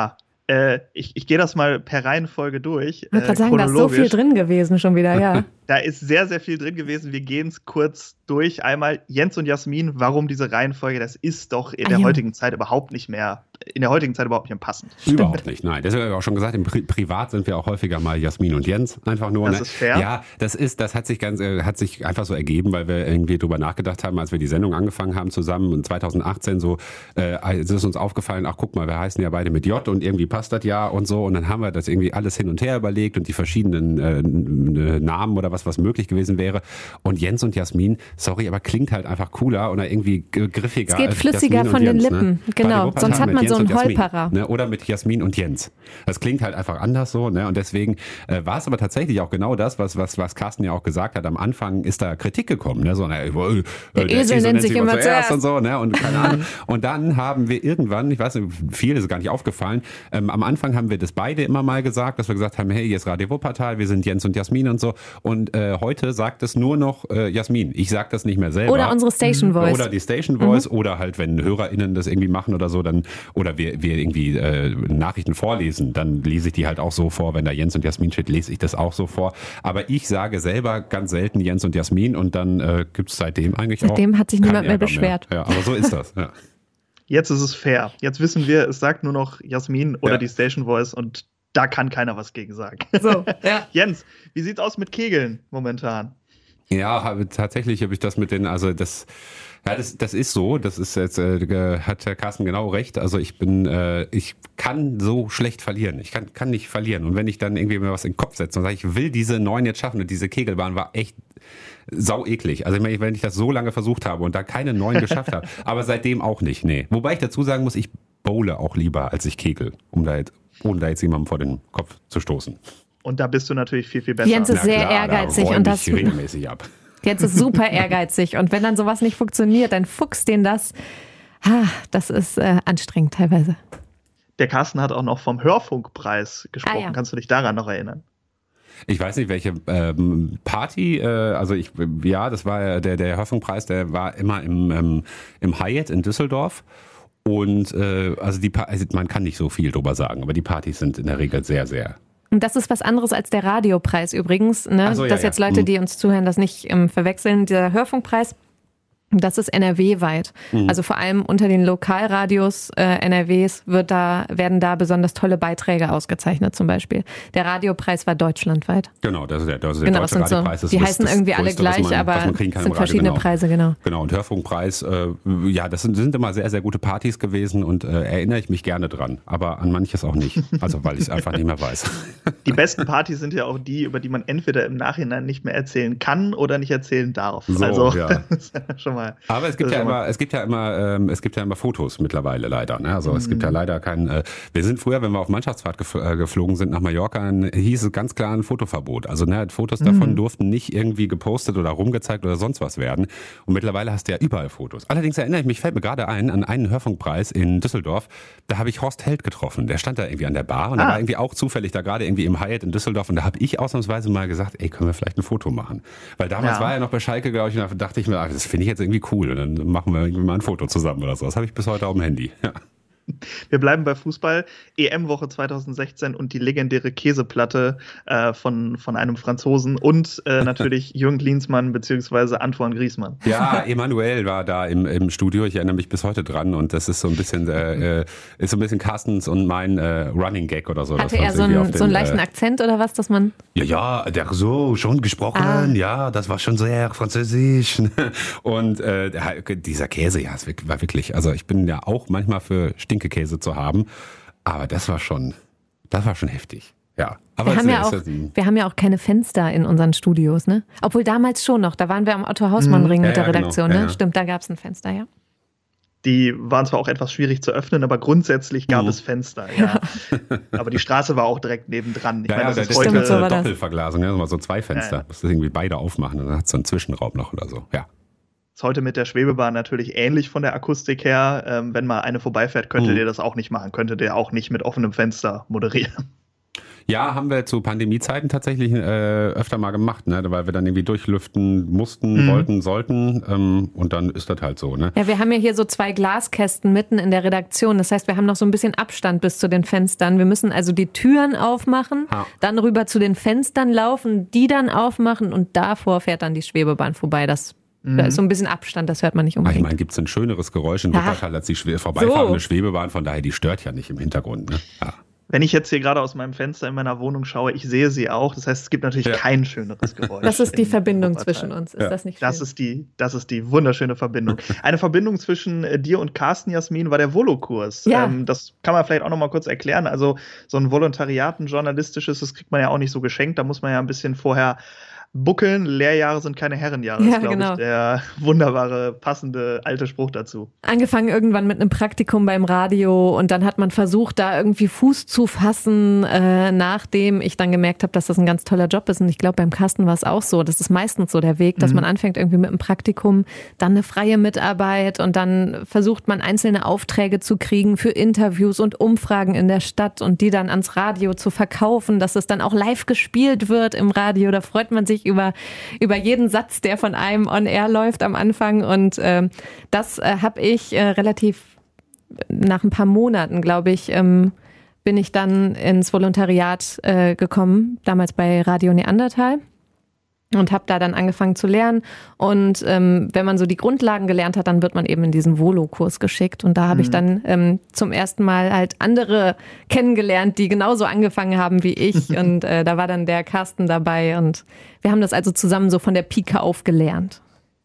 Äh, ich ich gehe das mal per Reihenfolge durch. Ich wollte gerade sagen, da ist so viel drin gewesen schon wieder, ja. Da ist sehr, sehr viel drin gewesen. Wir gehen es kurz durch. Einmal Jens und Jasmin, warum diese Reihenfolge? Das ist doch in Ah, der ja. heutigen Zeit überhaupt nicht mehr, in der heutigen Zeit überhaupt nicht mehr passend. Überhaupt nicht, nein. Deswegen habe ich auch schon gesagt, im Pri- Privat sind wir auch häufiger mal Jasmin und Jens. Einfach nur. Das ne? ist fair. Ja, das ist, das hat sich ganz, äh, hat sich einfach so ergeben, weil wir irgendwie drüber nachgedacht haben, als wir die Sendung angefangen haben zusammen und zwanzig achtzehn so, äh, ist es uns aufgefallen, ach guck mal, wir heißen ja beide mit J und irgendwie passt das ja und so. Und dann haben wir das irgendwie alles hin und her überlegt und die verschiedenen äh, Namen oder was, was möglich gewesen wäre. Und Jens und Jasmin, sorry, aber klingt halt einfach cooler oder irgendwie griffiger. Es geht als flüssiger Jasmin von und den Jens, Lippen, ne? genau. Bei Wuppertal Sonst hat mit man Jens so und einen Jasmin, Holperer. ne? Oder mit Jasmin und Jens. Das klingt halt einfach anders so, ne? Und deswegen äh, war es aber tatsächlich auch genau das, was, was, was Carsten ja auch gesagt hat. Am Anfang ist da Kritik gekommen, ne? So, na, äh, Der, der Esel nennt sich immer zuerst und so, ne? Und keine Ahnung. Und dann haben wir irgendwann, ich weiß nicht, viel ist gar nicht aufgefallen, ähm, am Anfang haben wir das beide immer mal gesagt, dass wir gesagt haben, hey, hier ist Radio Wuppertal, wir sind Jens und Jasmin und so. Und äh, heute sagt es nur noch äh, Jasmin. Ich sag das nicht mehr selber. Oder unsere Station Voice. Oder die Station Voice. Mhm. Oder halt, wenn HörerInnen das irgendwie machen oder so, dann, oder wir, wir irgendwie äh, Nachrichten vorlesen, dann lese ich die halt auch so vor. Wenn da Jens und Jasmin steht, lese ich das auch so vor. Aber ich sage selber ganz selten Jens und Jasmin und dann äh, gibt es seitdem eigentlich seitdem auch Seitdem hat sich niemand mehr Ärger beschwert. Mehr. Ja, aber so ist das, ja. Jetzt ist es fair. Jetzt wissen wir, es sagt nur noch Jasmin oder Ja. die Station Voice und da kann keiner was gegen sagen. So, ja. Jens, wie sieht's aus mit Kegeln momentan? Ja, habe, tatsächlich habe ich das mit den, also das, ja, das, das ist so, das ist jetzt, äh, hat Herr Carsten genau recht, also ich bin, äh, ich kann so schlecht verlieren, ich kann, kann nicht verlieren und wenn ich dann irgendwie mir was in den Kopf setze und sage, ich will diese neun jetzt schaffen und diese Kegelbahn war echt sau eklig, also ich meine, wenn ich das so lange versucht habe und da keine neun geschafft habe, aber seitdem auch nicht, nee. Wobei ich dazu sagen muss, ich bowle auch lieber, als ich kegel, um da jetzt, ohne da jetzt jemandem vor den Kopf zu stoßen. Und da bist du natürlich viel, viel besser. Jens ist Na sehr klar, ehrgeizig da räum und das ich regelmäßig ab. Jens ist super ehrgeizig und wenn dann sowas nicht funktioniert, dann fuchst den das. Ah, das ist äh, anstrengend teilweise. Der Carsten hat auch noch vom Hörfunkpreis gesprochen. Ah, ja. Kannst du dich daran noch erinnern? Ich weiß nicht, welche ähm, Party, äh, also ich, ja, das war ja der, der Hörfunkpreis, der war immer im, ähm, im Hyatt in Düsseldorf. Und äh, also die, also man kann nicht so viel drüber sagen, aber die Partys sind in der Regel sehr, sehr. Und das ist was anderes als der Radiopreis übrigens, ne? Ach so, ja, dass jetzt ja. Leute, Mhm. die uns zuhören, das nicht ähm, verwechseln. Der Hörfunkpreis, das ist N R W-weit. Mhm. Also vor allem unter den Lokalradios äh, N R Ws wird da, werden da besonders tolle Beiträge ausgezeichnet zum Beispiel. Der Radiopreis war deutschlandweit. Genau, das ist der, das ist der Genau, das deutsche sind so, Radiopreis. Das die ist heißen das irgendwie alle Größte, was gleich, man, aber was man kriegen kann es im sind Radio, verschiedene genau. Preise, genau. Genau, und Hörfunkpreis, äh, ja, das sind, sind immer sehr, sehr gute Partys gewesen und äh, erinnere ich mich gerne dran, aber an manches auch nicht, also weil ich es einfach nicht mehr weiß. Die besten Partys sind ja auch die, über die man entweder im Nachhinein nicht mehr erzählen kann oder nicht erzählen darf. So, also ja. das ist ja schon mal. Aber es gibt das ja ist schon mal- immer, es gibt ja immer, ähm, es gibt ja immer Fotos mittlerweile leider. Ne? Also es gibt ja leider kein. Äh, wir sind früher, wenn wir auf Mannschaftsfahrt gef äh, geflogen sind nach Mallorca, dann hieß es ganz klar ein Fotoverbot. Also ne, Fotos davon durften nicht irgendwie gepostet oder rumgezeigt oder sonst was werden. Und mittlerweile hast du ja überall Fotos. Allerdings erinnere ich mich, fällt mir gerade ein, an einen Hörfunkpreis in Düsseldorf. Da habe ich Horst Held getroffen. Der stand da irgendwie an der Bar und Ah. der war irgendwie auch zufällig da gerade irgendwie im Hyatt in Düsseldorf. Und da habe ich ausnahmsweise mal gesagt, ey, können wir vielleicht ein Foto machen? Weil damals Ja. war er noch bei Schalke, glaube ich, und da dachte ich mir, ach, das finde ich jetzt irgendwie cool. Und dann machen wir irgendwie mal ein Foto zusammen oder so. Das habe ich bis heute auf dem Handy. Ja. Wir bleiben bei Fußball. E M-Woche zwanzig sechzehn und die legendäre Käseplatte äh, von, von einem Franzosen und äh, natürlich Jürgen Klinsmann bzw. Antoine Griezmann. Ja, Emanuel war da im, im Studio. Ich erinnere mich bis heute dran und das ist so ein bisschen, äh, ist so ein bisschen Carstens und mein äh, Running Gag oder so. Hatte Das er so irgendwie einen, auf den, so einen leichten äh, Akzent oder was, dass man... Ja, ja, der so schon gesprochen, Ah. ja, das war schon sehr französisch. Und äh, der- dieser Käse, ja, es war wirklich, also ich bin ja auch manchmal für Stinkekäse zu haben, aber das war schon, das war schon heftig. Ja, aber Wir es haben, ja ist auch, ja die- wir haben ja auch keine Fenster in unseren Studios, ne? Obwohl damals schon noch, da waren wir am Otto-Hausmann-Ring Ja, mit der ja, genau. Redaktion, Ja, ne? ja. Stimmt, da gab es ein Fenster, ja. Die waren zwar auch etwas schwierig zu öffnen, aber grundsätzlich gab Mhm. es Fenster. Ja. Aber die Straße war auch direkt nebendran. Ich Ja, meine, ja, das das ist ist Stimmt, heute. so war das. Doppelverglasung, ja, so zwei Fenster. Ja, ja. Musst du irgendwie beide aufmachen und dann hat es so einen Zwischenraum noch oder so. Ja. Ist heute mit der Schwebebahn natürlich ähnlich von der Akustik her. Ähm, wenn mal eine vorbeifährt, könntet Mhm. ihr das auch nicht machen. Könntet ihr auch nicht mit offenem Fenster moderieren. Ja, haben wir zu Pandemiezeiten tatsächlich äh, öfter mal gemacht, ne? Weil wir dann irgendwie durchlüften mussten, mhm. wollten, sollten ähm, und dann ist das halt so. Ne? Ja, wir haben ja hier so zwei Glaskästen mitten in der Redaktion. Das heißt, wir haben noch so ein bisschen Abstand bis zu den Fenstern. Wir müssen also die Türen aufmachen, ha. dann rüber zu den Fenstern laufen, die dann aufmachen und davor fährt dann die Schwebebahn vorbei. Das Da ist so ein bisschen Abstand, das hört man nicht unbedingt. Ich meine, gibt es ein schöneres Geräusch in Wuppertal als die schwe- vorbeifahrende so. Schwebebahn, von daher, die stört ja nicht im Hintergrund. Ne? Ja. Wenn ich jetzt hier gerade aus meinem Fenster in meiner Wohnung schaue, ich sehe sie auch. Das heißt, es gibt natürlich ja. kein schöneres Geräusch. Das ist die Verbindung Wuppertal. Zwischen uns. Ist ja. das nicht schön? Das ist die, das ist die wunderschöne Verbindung. Eine Verbindung zwischen dir und Carsten, Jasmin, war der Volokurs. Ja. Ähm, das kann man vielleicht auch noch mal kurz erklären. Also so ein Volontariat, ein journalistisches, das kriegt man ja auch nicht so geschenkt. Da muss man ja ein bisschen vorher buckeln. Lehrjahre sind keine Herrenjahre. Ja, das ist, glaube genau. ich, der wunderbare, passende alte Spruch dazu. Angefangen irgendwann mit einem Praktikum beim Radio und dann hat man versucht, da irgendwie Fuß zu fassen, äh, nachdem ich dann gemerkt habe, dass das ein ganz toller Job ist. Und ich glaube, beim Carsten war es auch so. Das ist meistens so der Weg, dass mhm. man anfängt irgendwie mit einem Praktikum, dann eine freie Mitarbeit und dann versucht man einzelne Aufträge zu kriegen für Interviews und Umfragen in der Stadt und die dann ans Radio zu verkaufen, dass es dann auch live gespielt wird im Radio. Da freut man sich über, über jeden Satz, der von einem on air läuft am Anfang. Und äh, das äh, habe ich äh, relativ nach ein paar Monaten, glaube ich, ähm, bin ich dann ins Volontariat äh, gekommen, damals bei Radio Neandertal. Und habe da dann angefangen zu lernen. Und ähm, wenn man so die Grundlagen gelernt hat, dann wird man eben in diesen Volo-Kurs geschickt. Und da habe mhm. ich dann ähm, zum ersten Mal halt andere kennengelernt, die genauso angefangen haben wie ich. Und äh, da war dann der Carsten dabei. Und wir haben das also zusammen so von der Pike auf gelernt.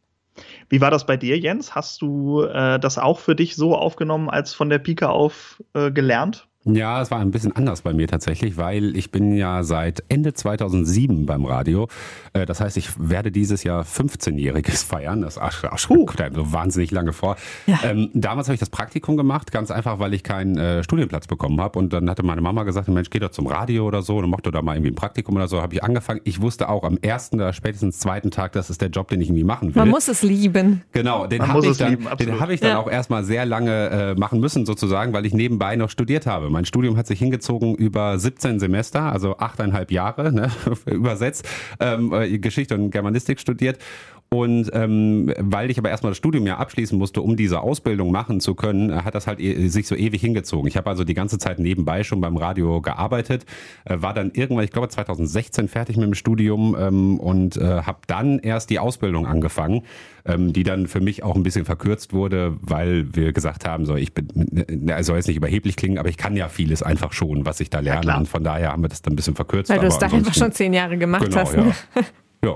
Wie war das bei dir, Jens? Hast du äh, das auch für dich so aufgenommen, als von der Pike auf äh, gelernt? Ja, es war ein bisschen anders bei mir tatsächlich, weil ich bin ja seit Ende zweitausendsieben beim Radio. Das heißt, ich werde dieses Jahr fünfzehnjähriges feiern. Das kommt einem so wahnsinnig lange vor. Ja. Ähm, damals habe ich das Praktikum gemacht, ganz einfach, weil ich keinen äh, Studienplatz bekommen habe. Und dann hatte meine Mama gesagt, Mensch, geh doch zum Radio oder so. Dann mach doch da mal irgendwie ein Praktikum oder so. Habe ich angefangen. Ich wusste auch am ersten oder spätestens zweiten Tag, das ist der Job, den ich irgendwie machen will. Man muss es lieben. Genau, den habe ich, hab ich dann ja. auch erstmal sehr lange äh, machen müssen sozusagen, weil ich nebenbei noch studiert habe. Mein Studium hat sich hingezogen über siebzehn Semester, also achteinhalb Jahre, ne, übersetzt, ähm, Geschichte und Germanistik studiert. Und ähm, weil ich aber erstmal das Studium ja abschließen musste, um diese Ausbildung machen zu können, hat das halt e- sich so ewig hingezogen. Ich habe also die ganze Zeit nebenbei schon beim Radio gearbeitet, äh, war dann irgendwann, ich glaube zweitausendsechzehn fertig mit dem Studium ähm, und äh, habe dann erst die Ausbildung angefangen, ähm, die dann für mich auch ein bisschen verkürzt wurde, weil wir gesagt haben, so ich bin, ne, soll jetzt nicht überheblich klingen, aber ich kann ja vieles einfach schon, was ich da lerne. Ja, und von daher haben wir das dann ein bisschen verkürzt. Weil du es da einfach schon zehn Jahre gemacht genau, hast. Ne? Ja. ja.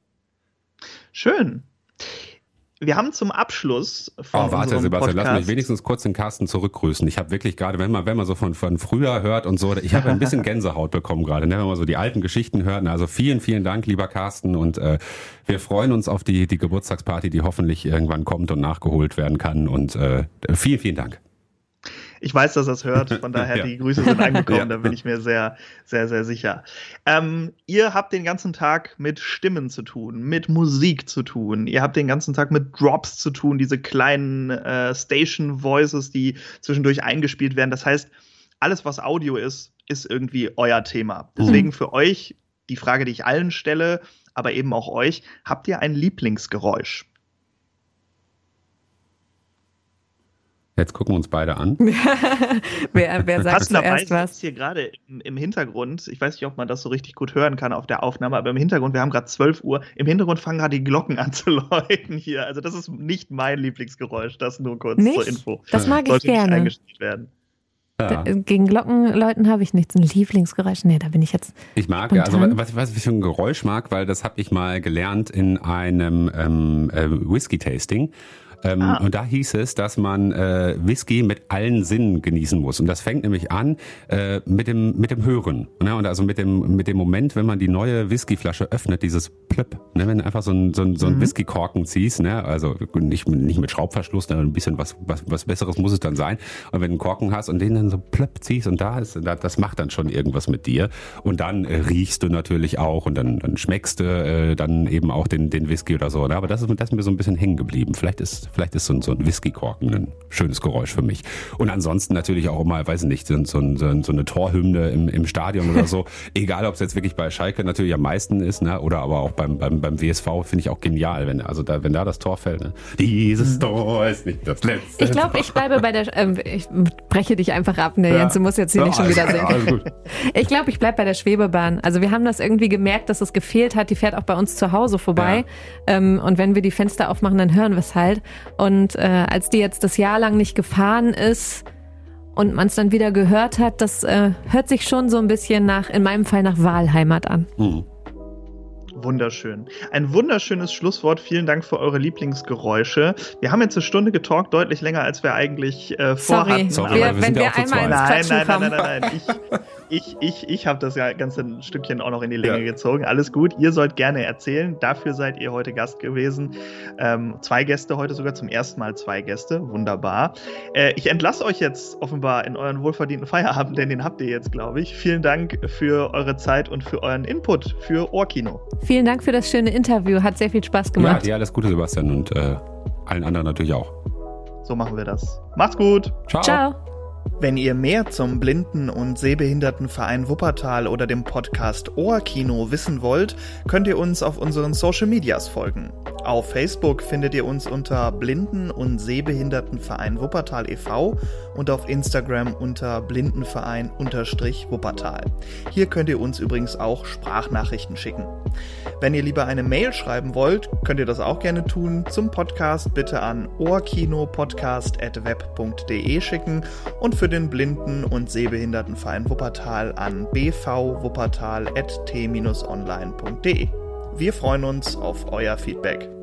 Schön. Wir haben zum Abschluss von Oh, warte, Sebastian, Podcast lass mich wenigstens kurz den Carsten zurückgrüßen. Ich habe wirklich gerade, wenn man, wenn man so von, von früher hört und so, ich habe ein bisschen Gänsehaut bekommen gerade, ne, wenn man so die alten Geschichten hört. Also vielen, vielen Dank, lieber Carsten. Und äh, wir freuen uns auf die, die Geburtstagsparty, die hoffentlich irgendwann kommt und nachgeholt werden kann. Und äh, vielen, vielen Dank. Ich weiß, dass er es hört, von daher, ja. Die Grüße sind angekommen, ja. Da bin ich mir sehr, sehr, sehr sicher. Ähm, ihr habt den ganzen Tag mit Stimmen zu tun, mit Musik zu tun, ihr habt den ganzen Tag mit Drops zu tun, diese kleinen äh, Station Voices, die zwischendurch eingespielt werden. Das heißt, alles, was Audio ist, ist irgendwie euer Thema. Deswegen mhm. für euch die Frage, die ich allen stelle, aber eben auch euch, habt ihr ein Lieblingsgeräusch? Jetzt gucken wir uns beide an. wer, wer sagt zuerst was? Ist hier gerade im, im Hintergrund, ich weiß nicht, ob man das so richtig gut hören kann auf der Aufnahme, aber im Hintergrund, wir haben gerade zwölf Uhr, im Hintergrund fangen gerade die Glocken an zu läuten hier. Also das ist nicht mein Lieblingsgeräusch, das nur kurz nicht? zur Info. Das mag Sollte ich gerne. Nicht eingestellt werden. Ja. Gegen Glockenläuten habe ich nichts. Ein Lieblingsgeräusch? Nee, da bin ich jetzt Ich mag, spontan. also was, was ich für ein Geräusch mag, weil das habe ich mal gelernt in einem ähm, äh, Whisky-Tasting. Ähm, ah. Und da hieß es, dass man äh, Whisky mit allen Sinnen genießen muss. Und das fängt nämlich an äh, mit dem mit dem Hören. Ne? Und also mit dem mit dem Moment, wenn man die neue Whiskyflasche öffnet, dieses Plöpp, ne? Wenn du einfach so ein so ein, so ein mhm. Whiskykorken ziehst, ne? Also nicht nicht mit Schraubverschluss, ne? Ein bisschen was was was Besseres muss es dann sein. Und wenn du einen Korken hast und den dann so plöpp ziehst und da ist, das macht dann schon irgendwas mit dir. Und dann äh, riechst du natürlich auch und dann, dann schmeckst du äh, dann eben auch den den Whisky oder so. Ne? Aber das ist das ist mir so ein bisschen hängen geblieben. Vielleicht ist ist. Vielleicht ist so ein, so ein Whisky-Korken ein schönes Geräusch für mich. Und ansonsten natürlich auch immer, weiß nicht, so, so, so, so eine Torhymne im, im Stadion oder so. Egal, ob es jetzt wirklich bei Schalke natürlich am meisten ist, ne, oder aber auch beim, beim, beim W S V, finde ich auch genial, wenn, also da, wenn da das Tor fällt. Ne? Dieses Tor ist nicht das letzte. Ich glaube, ich bleibe bei der, ähm, ich breche dich einfach ab, ne, ja. Jens, du musst jetzt hier ja, nicht schon wieder singen. Ja, gut. Ich glaube, ich bleibe bei der Schwebebahn. Also wir haben das irgendwie gemerkt, dass es gefehlt hat. Die fährt auch bei uns zu Hause vorbei. Ja. Ähm, und wenn wir die Fenster aufmachen, dann hören wir es halt. Und äh, als die jetzt das Jahr lang nicht gefahren ist und man es dann wieder gehört hat, das äh, hört sich schon so ein bisschen nach, in meinem Fall nach Wahlheimat an. Mhm. Wunderschön. Ein wunderschönes Schlusswort. Vielen Dank für eure Lieblingsgeräusche. Wir haben jetzt eine Stunde getalkt, deutlich länger, als wir eigentlich äh, vorhatten. Sorry, wir, wir wenn wir, wir einmal ins nein, Quatschen nein, nein, kommen. nein, nein, nein, nein. Ich, ich, ich, ich habe das ja ganze ein Stückchen auch noch in die Länge ja. gezogen. Alles gut. Ihr sollt gerne erzählen. Dafür seid ihr heute Gast gewesen. Ähm, zwei Gäste heute sogar, zum ersten Mal zwei Gäste. Wunderbar. Äh, ich entlasse euch jetzt offenbar in euren wohlverdienten Feierabend, denn den habt ihr jetzt, glaube ich. Vielen Dank für eure Zeit und für euren Input für Ohrkino. Vielen Dank für das schöne Interview. Hat sehr viel Spaß gemacht. Ja, dir alles Gute, Sebastian, und äh, allen anderen natürlich auch. So machen wir das. Macht's gut. Ciao. Ciao. Wenn ihr mehr zum Blinden- und Sehbehindertenverein Wuppertal oder dem Podcast Ohrkino wissen wollt, könnt ihr uns auf unseren Social Medias folgen. Auf Facebook findet ihr uns unter Blinden- und Sehbehindertenverein Wuppertal e V und auf Instagram unter Blindenverein-Wuppertal. Hier könnt ihr uns übrigens auch Sprachnachrichten schicken. Wenn ihr lieber eine Mail schreiben wollt, könnt ihr das auch gerne tun. Zum Podcast bitte an ohrkinopodcast at web punkt de schicken und für den Blinden- und Sehbehindertenverein Wuppertal an b v wuppertal at t dash online punkt de. Wir freuen uns auf euer Feedback.